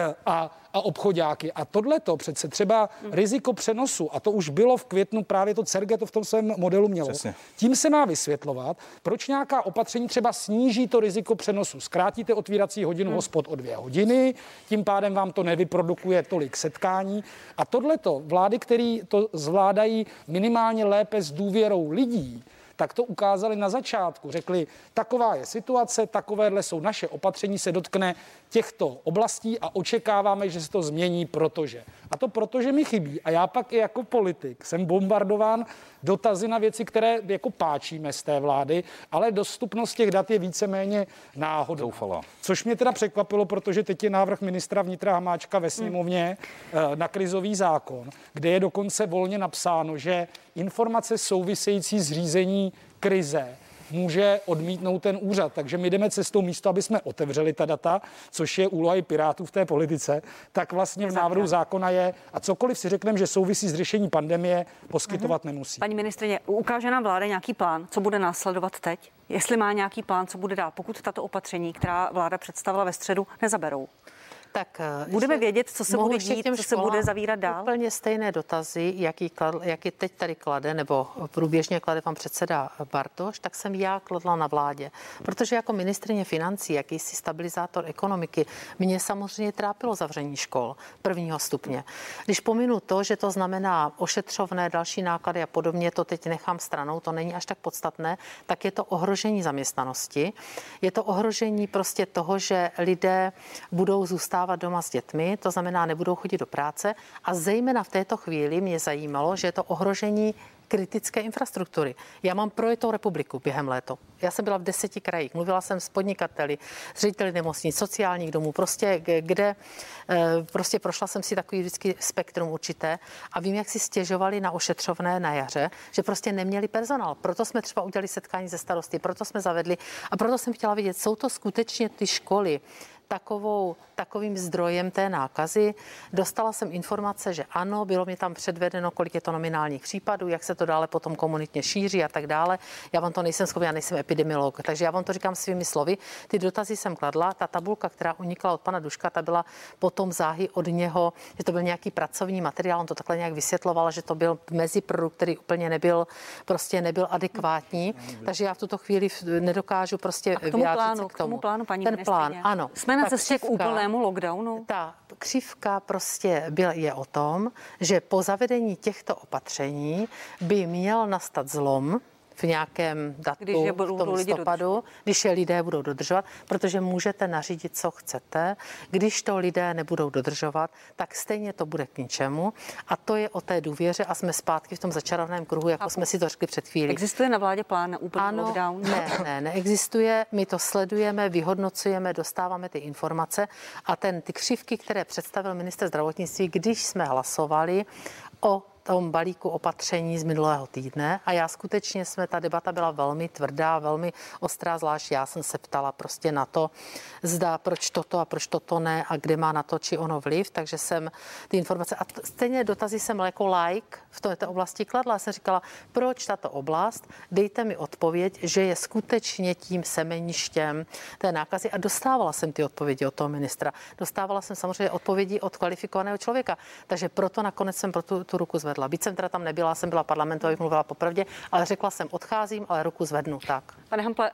a obchodáky. A tohleto přece třeba riziko přenosu, a to už bylo v květnu, právě to CERGE to v tom svém modelu mělo. Přesně. Tím se má vysvětlovat, proč nějaká opatření třeba sníží to riziko přenosu. Zkrátíte otvírací hodinu hospod o 2 hodiny, tím pádem vám to nevyprodukuje tolik setkání. A tohleto vlády, které to zvládají minimálně lépe s důvěrou lidí, tak to ukázali na začátku. Řekli, taková je situace, takovéhle jsou naše opatření, se dotkne těchto oblastí a očekáváme, že se to změní, protože. A to protože mi chybí. A já pak i jako politik jsem bombardován dotazy na věci, které jako páčíme z té vlády, ale dostupnost těch dat je víceméně náhodou. Což mě teda překvapilo, protože teď je návrh ministra vnitra Hamáčka ve sněmovně na krizový zákon, kde je dokonce volně napsáno, že informace související s řízení krize může odmítnout ten úřad. Takže my jdeme cestou místo, aby jsme otevřeli ta data, což je úloha i Pirátů v té politice, tak vlastně v návrhu zákona je, a cokoliv si řekneme, že souvisí s řešením pandemie, poskytovat nemusí.
Paní ministryně, ukáže nám vláda nějaký plán, co bude následovat teď? Jestli má nějaký plán, co bude dál, pokud tato opatření, která vláda představila ve středu, nezaberou?
Tak
budeme vědět, co se bude dít, co se bude zavírat dál?
Úplně stejné dotazy, jaký teď tady klade, nebo průběžně klade pan předseda Bartoš, tak jsem já kladla na vládě. Protože jako ministryně financí, jakýsi stabilizátor ekonomiky, mě samozřejmě trápilo zavření škol prvního stupně. Když pominu to, že to znamená ošetřovné, další náklady a podobně, to teď nechám stranou, to není až tak podstatné, tak je to ohrožení zaměstnanosti. Je to ohrožení prostě toho, že lidé budou zůstávat doma s dětmi, to znamená, nebudou chodit do práce a zejména v této chvíli mě zajímalo, že je to ohrožení kritické infrastruktury. Já mám projetou republiku během léto. Já jsem byla v 10 krajích, mluvila jsem s podnikateli, s řediteli nemocnic, sociálních domů, prostě kde prostě prošla jsem si takový vždycky spektrum určité a vím, jak si stěžovali na ošetřovné na jaře, že prostě neměli personál. Proto jsme třeba udělali setkání se starosty, proto jsme zavedli a proto jsem chtěla vidět, jsou to skutečně ty školy takovým zdrojem té nákazy. Dostala jsem informace, že ano, bylo mi tam předvedeno, kolik je to nominálních případů, jak se to dále potom komunitně šíří a tak dále. Já vám to nejsem schopná, já nejsem epidemiolog, takže já vám to říkám svými slovy. Ty dotazy jsem kladla, ta tabulka, která unikla od pana Duška, ta byla potom záhy od něho, že to byl nějaký pracovní materiál, on to takhle nějak vysvětloval, že to byl meziprodukt, který úplně nebyl adekvátní, takže já v tuto chvíli nedokážu prostě vyjádřit se k tomu.
Plánu, paní
ten plán, ano.
Jsme na cestě k úplnému lockdownu?
Ta křivka prostě je o tom, že po zavedení těchto opatření by měl nastat zlom v nějakém datu, v tom listopadu, když je lidé budou dodržovat, protože můžete nařídit, co chcete. Když to lidé nebudou dodržovat, tak stejně to bude k ničemu. A to je o té důvěře a jsme zpátky v tom začarovaném kruhu, jako jsme si to řekli před chvílí.
Existuje na vládě plán na úplný lockdown?
Neexistuje. My to sledujeme, vyhodnocujeme, dostáváme ty informace a ty křivky, které představil ministr zdravotnictví, když jsme hlasovali o tom balíku opatření z minulého týdne a já skutečně ta debata byla velmi tvrdá, velmi ostrá, zvlášť já jsem se ptala prostě na to, zda proč toto a proč toto ne a kde má na to či ono vliv, takže jsem ty informace a stejně dotazy jsem jako v této oblasti kladla. Jsem říkala, proč tato oblast, dejte mi odpověď, že je skutečně tím semeništěm té nákazy a dostávala jsem ty odpovědi od toho ministra. Dostávala jsem samozřejmě odpovědi od kvalifikovaného člověka, takže proto nakonec jsem pro tu ruku zvedla. Byť jsem teda tam nebyla, jsem byla parlamentu, abych mluvila popravdě, ale řekla jsem, odcházím, ale ruku zvednu, tak.
Pane Hample,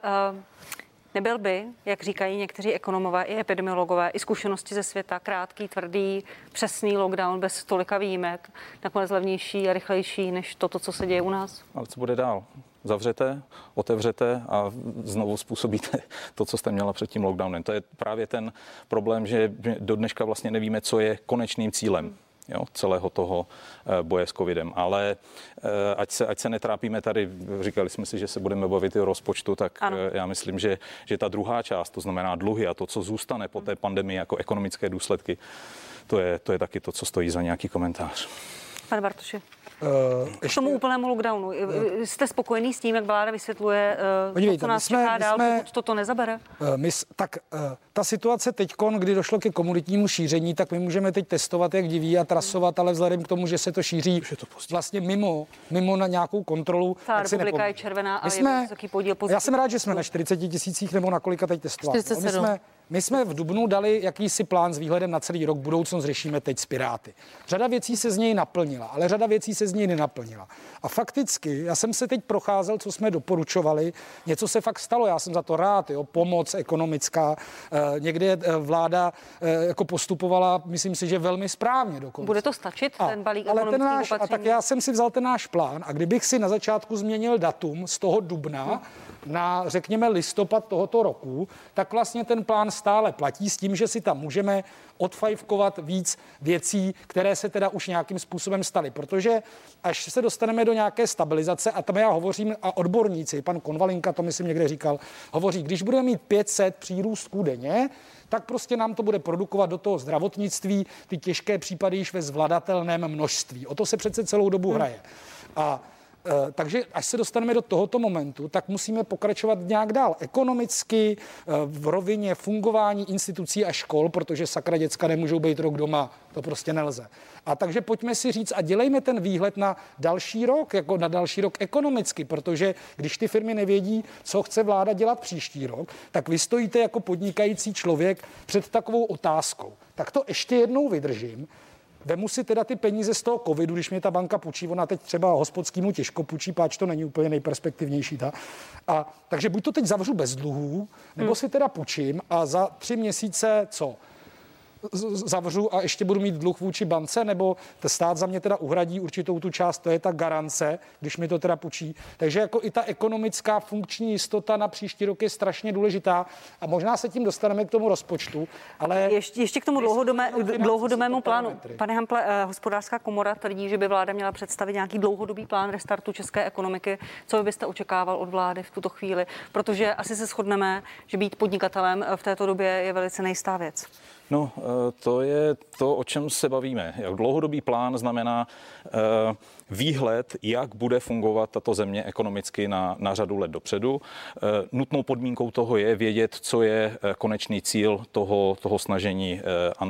nebyl by, jak říkají někteří ekonomové i epidemiologové, i zkušenosti ze světa, krátký, tvrdý, přesný lockdown bez tolika výjimek, nakonec levnější a rychlejší než toto, co se děje u nás?
Ale co bude dál? Zavřete, otevřete a znovu způsobíte to, co jste měla před tím lockdownem. To je právě ten problém, že do dneška vlastně nevíme, co je konečným cílem celého toho boje s covidem. Ale ať se netrápíme tady, říkali jsme si, že se budeme bavit i o rozpočtu, tak ano. Já myslím, že ta druhá část, to znamená dluhy a to, co zůstane po té pandemii jako ekonomické důsledky, to je taky to, co stojí za nějaký komentář.
Pane Bartoši. K tomu úplnému lockdownu. Jste spokojený s tím, jak vláda vysvětluje, co nás čeká dál, pokud toto nezabere?
Ta situace teďkon, kdy došlo ke komunitnímu šíření, tak my můžeme teď testovat, jak diví a trasovat, ale vzhledem k tomu, že se to šíří vlastně mimo na nějakou kontrolu.
Ta republika je červená a je vysoký podíl pozitivních.
Já jsem rád, že jsme na 40 000 nebo na kolika teď testovat. My jsme v dubnu dali jakýsi plán s výhledem na celý rok, budoucnost řešíme teď s Piráty. Řada věcí se z něj naplnila, ale řada věcí se z něj nenaplnila. A fakticky, já jsem se teď procházel, co jsme doporučovali, něco se fakt stalo, já jsem za to rád, pomoc ekonomická, někde vláda jako postupovala, myslím si, že velmi správně dokonce.
Bude to stačit, ten balík ekonomických opatření?
Tak já jsem si vzal ten náš plán a kdybych si na začátku změnil datum z toho dubna na, řekněme, listopad tohoto roku, tak vlastně ten plán stále platí s tím, že si tam můžeme odfajfkovat víc věcí, které se teda už nějakým způsobem staly, protože až se dostaneme do nějaké stabilizace, a tam já hovořím, a odborníci, pan Konvalinka to myslím někde říkal, hovoří, když budeme mít 500 přírůstků denně, tak prostě nám to bude produkovat do toho zdravotnictví ty těžké případy již ve zvladatelném množství. O to se přece celou dobu hraje. A Takže až se dostaneme do tohoto momentu, tak musíme pokračovat nějak dál. Ekonomicky, v rovině fungování institucí a škol, protože sakra děcka nemůžou být rok doma, to prostě nelze. A takže pojďme si říct a dělejme ten výhled na další rok, jako na další rok ekonomicky, protože když ty firmy nevědí, co chce vláda dělat příští rok, tak vy stojíte jako podnikající člověk před takovou otázkou. Tak to ještě jednou vydržím. Vemu si teda ty peníze z toho covidu, když mě ta banka půjčí, ona teď třeba hospodskýmu těžko půjčí, páč to není úplně nejperspektivnější. Takže buď to teď zavřu bez dluhů, nebo si teda půjčím a za 3 měsíce co? Zavřu a ještě budu mít dluh vůči bance, nebo stát za mě teda uhradí určitou tu část, to je ta garance, když mi to teda půjčí. Takže jako i ta ekonomická funkční jistota na příští rok je strašně důležitá a možná se tím dostaneme k tomu rozpočtu, ale...
Ještě k tomu dlouhodobému plánu. Pane Hample, Hospodářská komora tvrdí, že by vláda měla představit nějaký dlouhodobý plán restartu české ekonomiky. Co byste očekával od vlády v tuto chvíli? Protože asi se shodneme, že být podnikatelem v této době je velice nejistá věc.
No, to je to, o čem se bavíme. Dlouhodobý plán znamená výhled, jak bude fungovat tato země ekonomicky na řadu let dopředu. Nutnou podmínkou toho je vědět, co je konečný cíl toho snažení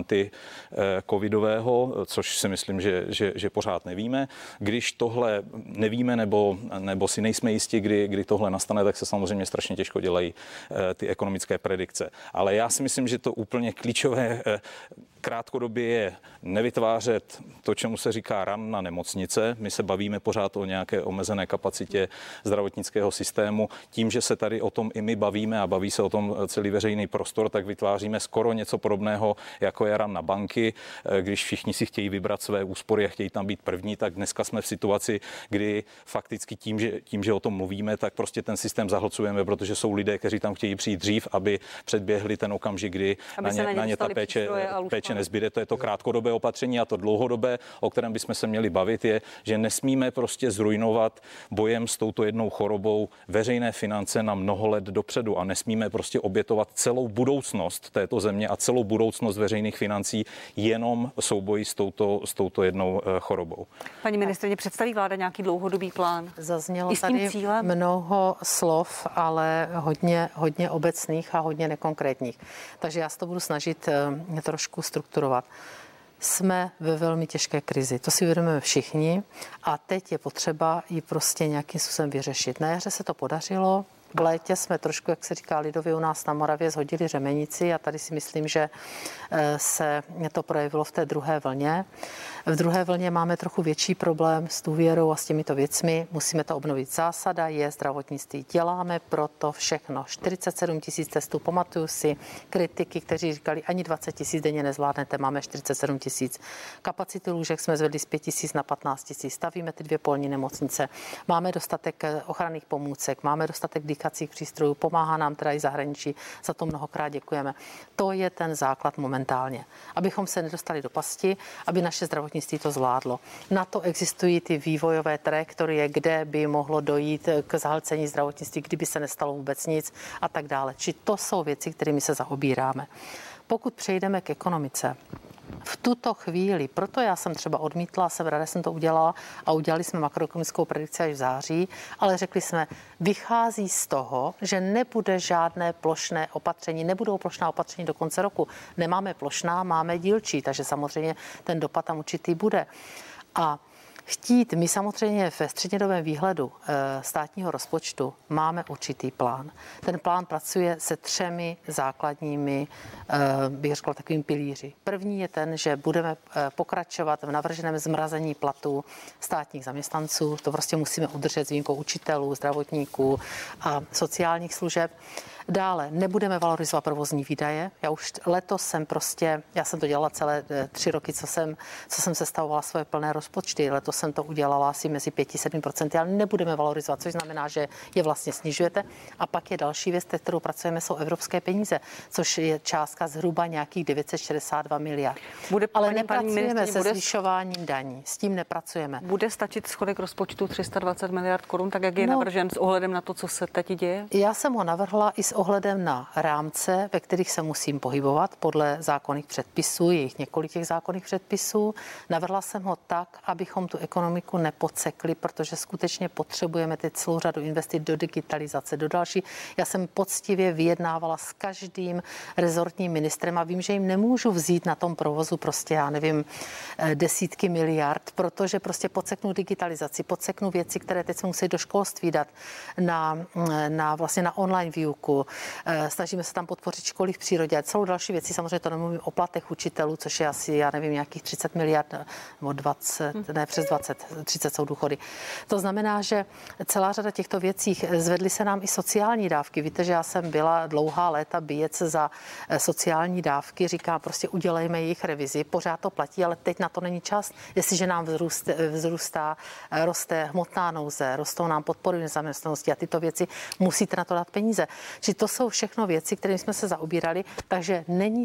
anti-covidového, což si myslím, že pořád nevíme. Když tohle nevíme nebo si nejsme jistí, kdy tohle nastane, tak se samozřejmě strašně těžko dělají ty ekonomické predikce. Ale já si myslím, že to úplně klíčové krátkodobě je nevytvářet to, čemu se říká ran na nemocnice. My se bavíme pořád o nějaké omezené kapacitě zdravotnického systému. Tím, že se tady o tom i my bavíme a baví se o tom celý veřejný prostor, tak vytváříme skoro něco podobného, jako je ran na banky. Když všichni si chtějí vybrat své úspory a chtějí tam být první, tak dneska jsme v situaci, kdy fakticky tím, že o tom mluvíme, tak prostě ten systém zahlcujeme, protože jsou lidé, kteří tam chtějí přijít dřív, aby předběhli ten okamžik, kdy na ně ta péče nezbyde. To je to krátkodobé opatření a to dlouhodobé, o kterém bychom se měli bavit, je, že nesmíme prostě zrujnovat bojem s touto jednou chorobou veřejné finance na mnoho let dopředu a nesmíme prostě obětovat celou budoucnost této země a celou budoucnost veřejných financí jenom souboji s touto jednou chorobou.
Paní ministryně, představí vláda nějaký dlouhodobý plán?
Zaznělo tady mnoho slov, ale hodně obecných a hodně nekonkrétních. Takže já se to budu snažit trošku strukturovat. Jsme ve velmi těžké krizi, to si uvědomujeme všichni a teď je potřeba ji prostě nějakým způsobem vyřešit. Na jaře se to podařilo, v létě jsme trošku, jak se říká lidově u nás na Moravě, zhodili řemenici a tady si myslím, že se to projevilo v té druhé vlně. V druhé vlně máme trochu větší problém s důvěrou a s těmito věcmi. Musíme to obnovit. Zásada je zdravotnictví. Děláme proto všechno. 47 000 testů. Pamatuju si kritiky, kteří říkali, ani 20 000 denně nezvládnete, máme 47 000. Kapacity lůžek jsme zvedli z 5 000 na 15 000. Stavíme ty 2 polní nemocnice. Máme dostatek ochranných pomůcek, máme dostatek dýchacích přístrojů, pomáhá nám teda i zahraničí. Za to mnohokrát děkujeme. To je ten základ momentálně. Abychom se nedostali do pasti, aby naše zdravotnictví to zvládlo. Na to existují ty vývojové trajektorie, kde by mohlo dojít k zahlcení zdravotnictví, kdyby se nestalo vůbec nic a tak dále. Či to jsou věci, kterými se zaobíráme. Pokud přejdeme k ekonomice, v tuto chvíli, proto já jsem třeba odmítla, jsem ráda, jsem to udělala a udělali jsme makroekonomickou predikci až v září, ale řekli jsme, vychází z toho, že nebude žádné plošné opatření, nebudou plošná opatření do konce roku. Nemáme plošná, máme dílčí, takže samozřejmě ten dopad tam určitý bude. A my samozřejmě ve střednědobém výhledu státního rozpočtu máme určitý plán. Ten plán pracuje se 3 základními, bych řekla, takovým pilíři. První je ten, že budeme pokračovat v navrženém zmrazení platů státních zaměstnanců. To prostě musíme udržet s výjimkou učitelů, zdravotníků a sociálních služeb. Dále nebudeme valorizovat provozní výdaje. Já jsem to dělala celé 3 roky, co jsem sestavovala svoje plné rozpočty. Letos jsem to udělala asi mezi 5-7%, ale nebudeme valorizovat, což znamená, že je vlastně snižujete. A pak je další věc, kterou pracujeme, jsou evropské peníze, což je částka zhruba nějakých 962 miliard. Ale nepracujeme se zvyšováním daní. S tím nepracujeme.
Bude stačit schodek rozpočtu 320 miliard korun, tak jak je navržen s ohledem na to, co se teď děje?
Já jsem ho navrhla i s ohledem na rámce, ve kterých se musím pohybovat podle zákonných předpisů, je jich několik těch zákonných předpisů. Navrhla jsem ho tak, abychom tu ekonomiku nepodsekli, protože skutečně potřebujeme teď celou řadu investit do digitalizace, do další. Já jsem poctivě vyjednávala s každým rezortním ministrem a vím, že jim nemůžu vzít na tom provozu prostě, já nevím, desítky miliard, protože prostě podseknu digitalizaci, podseknu věci, které teď jsme museli do školství dát vlastně na online výuku. Snažíme se tam podpořit školy v přírodě a celou další věci. Samozřejmě to nemluvím o platech učitelů, což je asi, já nevím, nějakých 30 miliard nebo 20, ne přes 20, 30 jsou důchody. To znamená, že celá řada těchto věcí, zvedly se nám i sociální dávky. Víte, že já jsem byla dlouhá léta bíjec za sociální dávky, říká prostě udělejme jejich revizi, pořád to platí, ale teď na to není čas. Jestliže nám roste hmotná nouze, rostou nám podpory nezaměstnanosti a tyto věci, musíte na to dát peníze. Či to jsou všechno věci, kterými jsme se zaobírali, takže není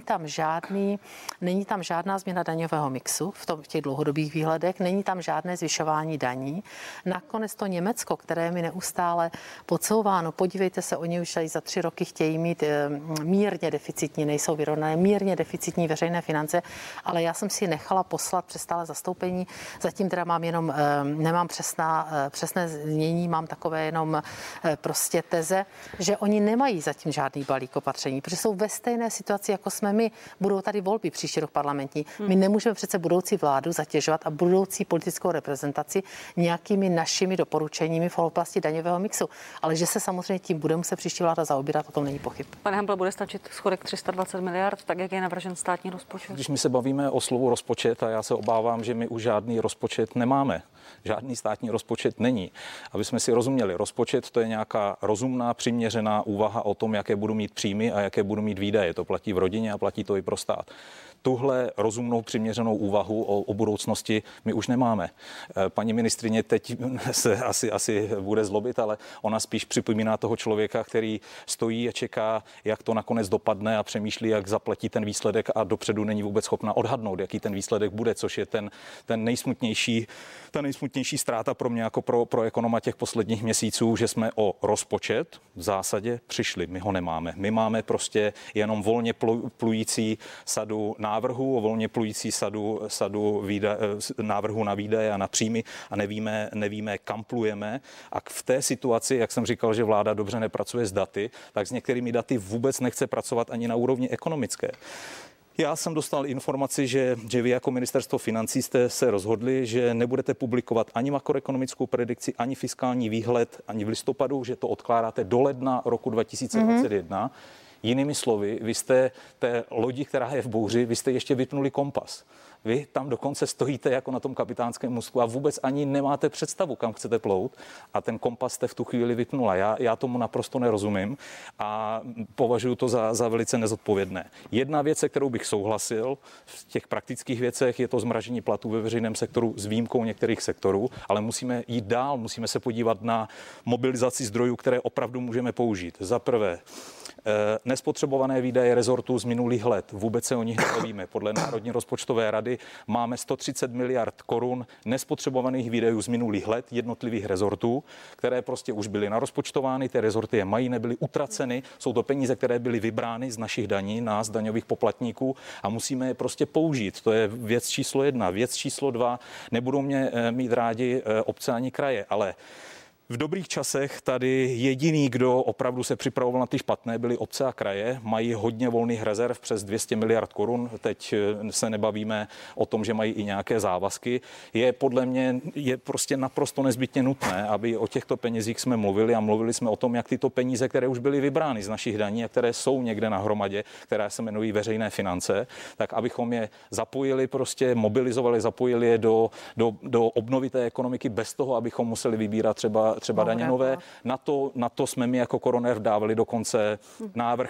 tam žádná změna daňového mixu v těch dlouhodobých výhledech, není tam žádné zvyšování daní. Nakonec to Německo, které mi neustále podsouváno, podívejte se, oni už tady za 3 roky chtějí mít mírně deficitní, nejsou vyrovnané, mírně deficitní veřejné finance, ale já jsem si nechala poslat přes stále zastoupení, zatím teda nemám přesné znění, mám takové jenom prostě teze, že oni nemají zatím žádný balík opatření, protože jsou ve stejné situaci, jako jsme my. Budou tady volby příští rok parlamentní. My nemůžeme přece budoucí vládu zatěžovat a budoucí politickou reprezentaci nějakými našimi doporučeními v oblasti daňového mixu. Ale že se samozřejmě tím bude muset příští vláda zaobírat, o tom není pochyb.
Pane Hampl, bude stačit schodek 320 miliard, tak jak je navržen státní rozpočet?
Když my se bavíme o slovu rozpočet, a já se obávám, že my už žádný rozpočet nemáme. Žádný státní rozpočet není. Aby jsme si rozuměli, rozpočet to je nějaká rozumná, přiměřená úvaha o tom, jaké budu mít příjmy a jaké budu mít výdaje. To platí v rodině a platí to i pro stát. Tuhle rozumnou, přiměřenou úvahu o budoucnosti my už nemáme. Paní ministryně teď se asi bude zlobit, ale ona spíš připomíná toho člověka, který stojí a čeká, jak to nakonec dopadne a přemýšlí, jak zaplatí ten výsledek a dopředu není vůbec schopna odhadnout, jaký ten výsledek bude, což je ta nejsmutnější ztráta pro mě jako pro ekonoma těch posledních měsíců, že jsme o rozpočet v zásadě přišli. My ho nemáme. My máme prostě jenom volně plující sadu návrhů, volně plující sadu návrhů na výdaje a na příjmy a nevíme, kam plujeme. A v té situaci, jak jsem říkal, že vláda dobře nepracuje s daty, tak s některými daty vůbec nechce pracovat ani na úrovni ekonomické. Já jsem dostal informaci, že vy jako ministerstvo financí jste se rozhodli, že nebudete publikovat ani makroekonomickou predikci, ani fiskální výhled, ani v listopadu, že to odkládáte do ledna roku 2021. Jinými slovy, vy jste té lodi, která je v bouři, vy jste ještě vypnuli kompas. Vy tam dokonce stojíte jako na tom kapitánském mostku a vůbec ani nemáte představu, kam chcete plout a ten kompas jste v tu chvíli vypnula. Já tomu naprosto nerozumím a považuji to za velice nezodpovědné. Jedna věc, se kterou bych souhlasil v těch praktických věcech, je to zmražení platů ve veřejném sektoru s výjimkou některých sektorů, ale musíme jít dál, musíme se podívat na mobilizaci zdrojů, které opravdu můžeme použít. Za prvé, nespotřebované výdaje rezortů z minulých let. Vůbec se o nich nevíme. Podle Národní rozpočtové rady máme 130 miliard korun nespotřebovaných výdajů z minulých let jednotlivých rezortů, které prostě už byly narozpočtovány, ty rezorty je mají, nebyly utraceny. Jsou to peníze, které byly vybrány z našich daní, nás, daňových poplatníků a musíme je prostě použít. To je věc číslo 1. Věc číslo 2. Nebudou mě mít rádi obce ani kraje, ale v dobrých časech tady jediný, kdo opravdu se připravoval na ty špatné, byly obce a kraje. Mají hodně volných rezerv přes 200 miliard korun. Teď se nebavíme o tom, že mají i nějaké závazky. Podle mě prostě naprosto nezbytně nutné, aby o těchto penězích jsme mluvili a mluvili jsme o tom, jak tyto peníze, které už byly vybrány z našich daní a které jsou někde na hromadě, které se jmenují veřejné finance, tak abychom je zapojili, prostě mobilizovali, zapojili je do obnovy té ekonomiky bez toho, abychom museli vybírat třeba daně nové. Na to jsme mi jako Koroner dávali dokonce návrh,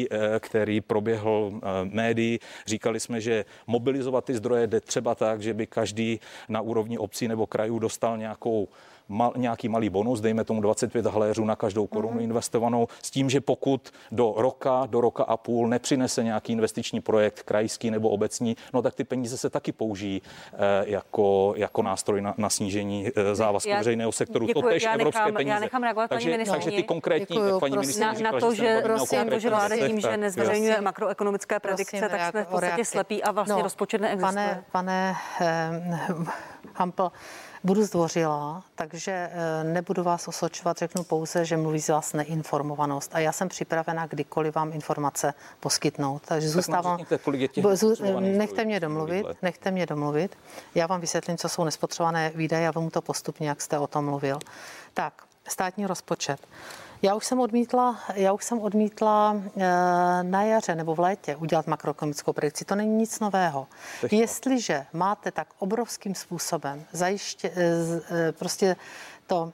který proběhl médií. Říkali jsme, že mobilizovat ty zdroje jde třeba tak, že by každý na úrovni obcí nebo krajů dostal nějakou nějaký malý bonus, dejme tomu 25 haléřů na každou korunu investovanou, s tím, že pokud do roka a půl nepřinese nějaký investiční projekt krajský nebo obecní, no tak ty peníze se taky použijí jako nástroj na snížení závazku veřejného sektoru.
Děkuji,
to též evropské peníze.
Já nechám reagovat paní ministryni.
Takže ty konkrétní, jak paní ministryně
na to, že vláda tím, že nezveřejňuje makroekonomické predikce, tak jsme v podstatě slepí a vlastně rozpočet neexistuje.
Pane Hampl, budu zdvořilá, takže nebudu vás osočovat, řeknu pouze, že mluví z vás neinformovanost a já jsem připravena kdykoliv vám informace poskytnout. Takže zůstávám. Nechte mě domluvit. Já vám vysvětlím, co jsou nespotřebované výdaje a vám to postupně, jak jste o tom mluvil. Tak, státní rozpočet. Já už jsem odmítla na jaře nebo v létě udělat makroekonomickou predikci. To není nic nového. Jestliže máte tak obrovským způsobem prostě to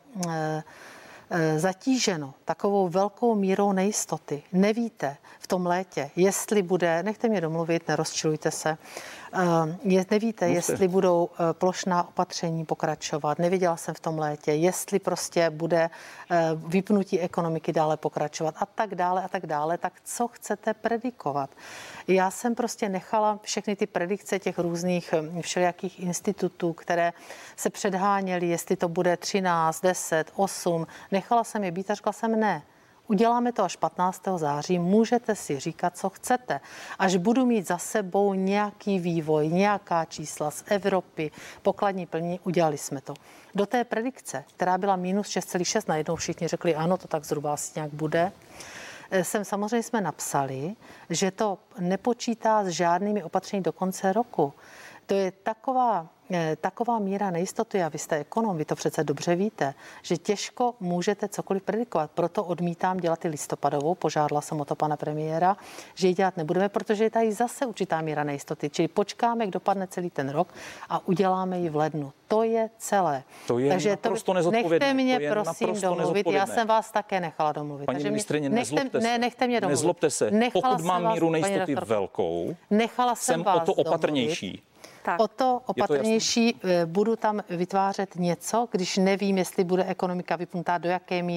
zatíženo takovou velkou mírou nejistoty, nevíte v tom létě, jestli bude, nechte mě domluvit, nerozčilujte se, nevíte, jestli budou plošná opatření pokračovat, nevěděla jsem v tom létě, jestli prostě bude vypnutí ekonomiky dále pokračovat a tak dále, tak co chcete predikovat? Já jsem prostě nechala všechny ty predikce těch různých všelijakých institutů, které se předháněly, jestli to bude 13, 10, 8, nechala jsem je být a řekla jsem ne. Uděláme to až 15. září, můžete si říkat, co chcete. Až budu mít za sebou nějaký vývoj, nějaká čísla z Evropy, pokladní plnění, udělali jsme to. Do té predikce, která byla minus 6,6, najednou všichni řekli, ano, to tak zhruba asi nějak bude, samozřejmě jsme napsali, že to nepočítá s žádnými opatření do konce roku. To je taková míra nejistoty, a vy jste ekonom, vy to přece dobře víte, že těžko můžete cokoliv predikovat. Proto odmítám dělat i listopadovou, požádala jsem o to pana premiéra, že ji dělat nebudeme, protože je tady zase určitá míra nejistoty. Čili počkáme, jak dopadne celý ten rok a uděláme ji v lednu. To je celé.
To je takže naprosto nezodpovědné.
Nechte mě prosím domluvit, já jsem vás také nechala domluvit.
Paní ministryně, nezlobte se.
Nechte mě domluvit.
Nezlobte se. Pokud mám míru nejistoty velkou, jsem o to opatrnější.
O to opatrnější budu tam vytvářet něco, když nevím, jestli bude ekonomika vypnutá, do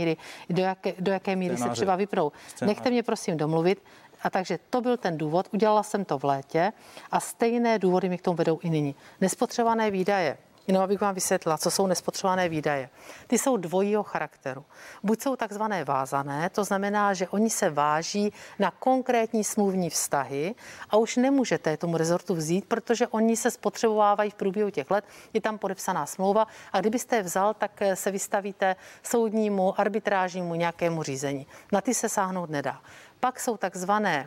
jaké míry se třeba vypnou. Nechte mě prosím domluvit. A takže to byl ten důvod, udělala jsem to v létě a stejné důvody mi k tomu vedou i nyní. Nespotřebované výdaje. Jenom abych vám vysvětlila, co jsou nespotřebované výdaje. Ty jsou dvojího charakteru. Buď jsou takzvané vázané, to znamená, že oni se váží na konkrétní smluvní vztahy a už nemůžete tomu rezortu vzít, protože oni se spotřebovávají v průběhu těch let, je tam podepsaná smlouva a kdybyste je vzal, tak se vystavíte soudnímu, arbitrážnímu nějakému řízení. Na ty se sáhnout nedá. Pak jsou takzvané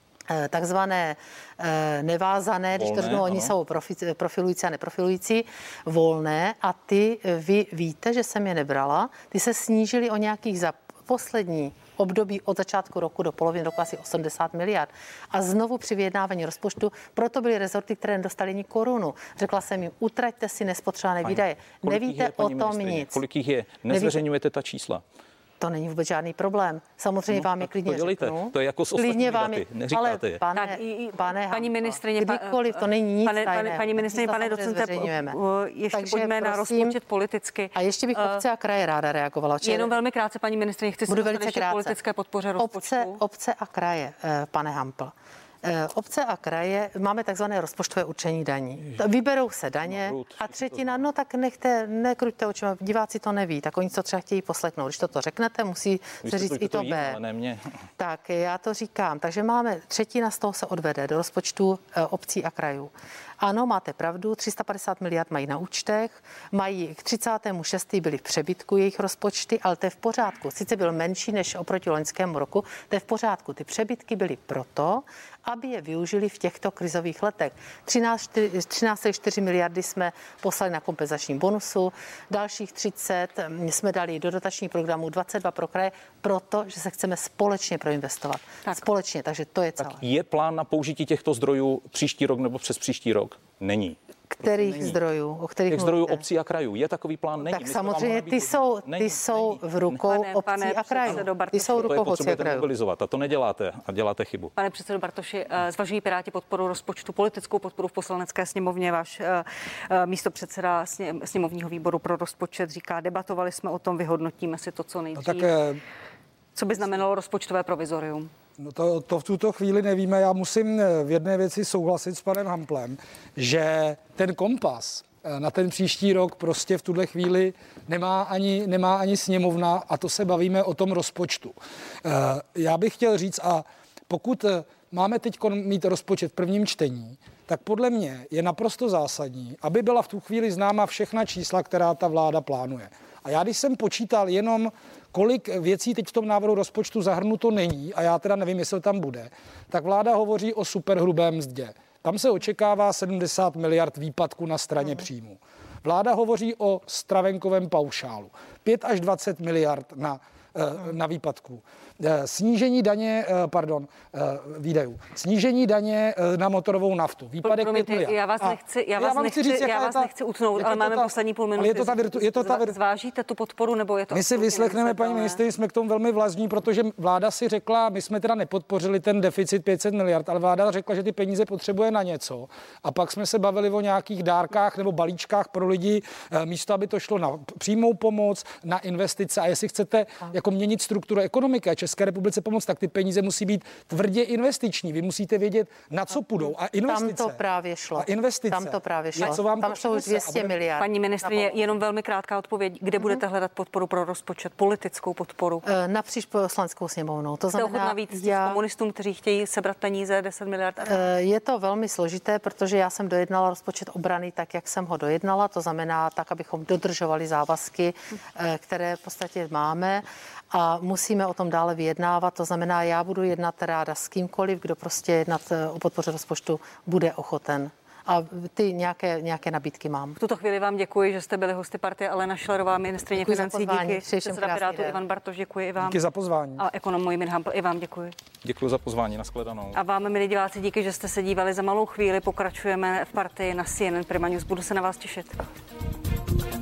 nevázané, když to řeknu, oni jsou profilující a neprofilující, volné a ty vy víte, že jsem je nebrala, ty se snížily o nějakých za poslední období od začátku roku do poloviny roku asi 80 miliard. A znovu při vyjednávání rozpočtu, proto byly rezorty, které nedostali ani korunu. Řekla jsem jim, utraťte si nespotřebované výdaje. Nevíte o tom nic.
Kolik jich je? Nezveřejňujete ta čísla?
To není vůbec žádný problém. Samozřejmě vám je klidně řeknu.
To je jako s ostatními daty. Neříkáte je.
Pane paní ministryně,
kdykoliv, to není nic tajného.
Paní ministryně, pane docente, ještě pojďme na rozpočet politicky.
A ještě bych obce a kraje ráda reagovala.
Jenom velmi krátce, paní ministryně, chci se dostat ještě politické podpoře rozpočtu.
Obce a kraje, pane Hampl. Obce a kraje máme takzvané rozpočtové určení daní. Vyberou se daně a třetina, no tak nekruťte očima, diváci to neví, tak oni to třeba chtějí poslechnout. Když to řeknete, musí se říct i to B. Tak já to říkám. Takže máme třetina z toho se odvede do rozpočtu obcí a krajů. Ano, máte pravdu, 350 miliard mají na účtech, mají k 36. byli v přebytku jejich rozpočty, ale to je v pořádku. Sice byl menší než oproti loňskému roku, to je v pořádku. Ty přebytky byly proto, aby je využili v těchto krizových letech. 13,4 miliardy jsme poslali na kompenzační bonusu, dalších 30 jsme dali do dotačních programů, 22 pro kraje, protože se chceme společně proinvestovat. Tak. Společně, takže to je celé.
Tak je plán na použití těchto zdrojů příští rok nebo přes příští rok? Není.
Kterých zdrojů? O kterých
těch zdrojů
mluvíte?
obcí a krajů. Je takový plán? Není.
Tak samozřejmě ty jsou v rukou obcí a krajů. Ty jsou v rukou obcí a krajů.
Mobilizovat a to neděláte a děláte chybu.
Pane předsedo Bartoši, zvažují Piráti podporu rozpočtu, politickou podporu v Poslanecké sněmovně? Váš místopředseda sněmovního výboru pro rozpočet říká, debatovali jsme o tom, vyhodnotíme si to, co nejdřív.
No tak,
co by znamenalo rozpočtové provizorium?
No to v tuto chvíli nevíme. Já musím v jedné věci souhlasit s panem Hamplem, že ten kompas na ten příští rok prostě v tuhle chvíli nemá ani sněmovna, a to se bavíme o tom rozpočtu. Já bych chtěl říct, a pokud máme teď mít rozpočet v prvním čtení, tak podle mě je naprosto zásadní, aby byla v tu chvíli známa všechna čísla, která ta vláda plánuje. A já když jsem počítal jenom, kolik věcí teď v tom návrhu rozpočtu zahrnuto není, a já teda nevím, jestli tam bude, tak vláda hovoří o superhrubém mzdě. Tam se očekává 70 miliard výpadku na straně příjmů. Vláda hovoří o stravenkovém paušálu. 5 až 20 miliard na výpadku. Snížení daně, výdajů. Snížení daně na motorovou naftu. Výpadek 5 miliard.
Já vás nechci utnout, ale máme poslední půl minuty. Zvážíte tu podporu, nebo je to...
My si vyslechneme paní ministryni, jsme k tomu velmi vlažní, protože vláda si řekla, my jsme teda nepodpořili ten deficit 500 miliard, ale vláda řekla, že ty peníze potřebuje na něco. A pak jsme se bavili o nějakých dárkách nebo balíčkách pro lidi, místo aby to šlo na přímou pomoc, na investice. A jestli chcete jako měnit strukturu ekonomiky a České republice pomoct, tak ty peníze musí být tvrdě investiční. Vy musíte vědět, na co půjdou. A investice.
Tam to právě šlo.
A investice.
Tam to právě šlo.
Co vám
tam šlo už 200 miliard.
Paní ministryně, jenom velmi krátká odpověď. Kde budete hledat podporu pro rozpočet, politickou podporu?
Napříč Poslaneckou sněmovnou. To
znamená, ochotná víc komunistům, kteří chtějí sebrat peníze 10 miliard?
Je to velmi složité, protože já jsem dojednala rozpočet obrany tak, jak jsem ho dojednala. To znamená tak, abychom dodržovali závazky, které v podstatě máme. A musíme o tom dále vyjednávat. To znamená, já budu jednat ráda s kýmkoliv, kdo prostě jednat o podpoře rozpočtu bude ochoten. A ty nějaké nabídky mám.
V tuto chvíli vám děkuji, že jste byli hosty partie. Alena Schillerová, ministryně financí, díky. Předseda Pirátů Ivan Bartoš, děkuji i vám.
Díky za pozvání.
A ekonom Mojmír Hampl, i vám děkuji.
Děkuji za pozvání, nashledanou.
A vám, milí diváci, díky, že jste se dívali. Za malou chvíli pokračujeme v partii na CNN Prima News. Budu se na vás těšit.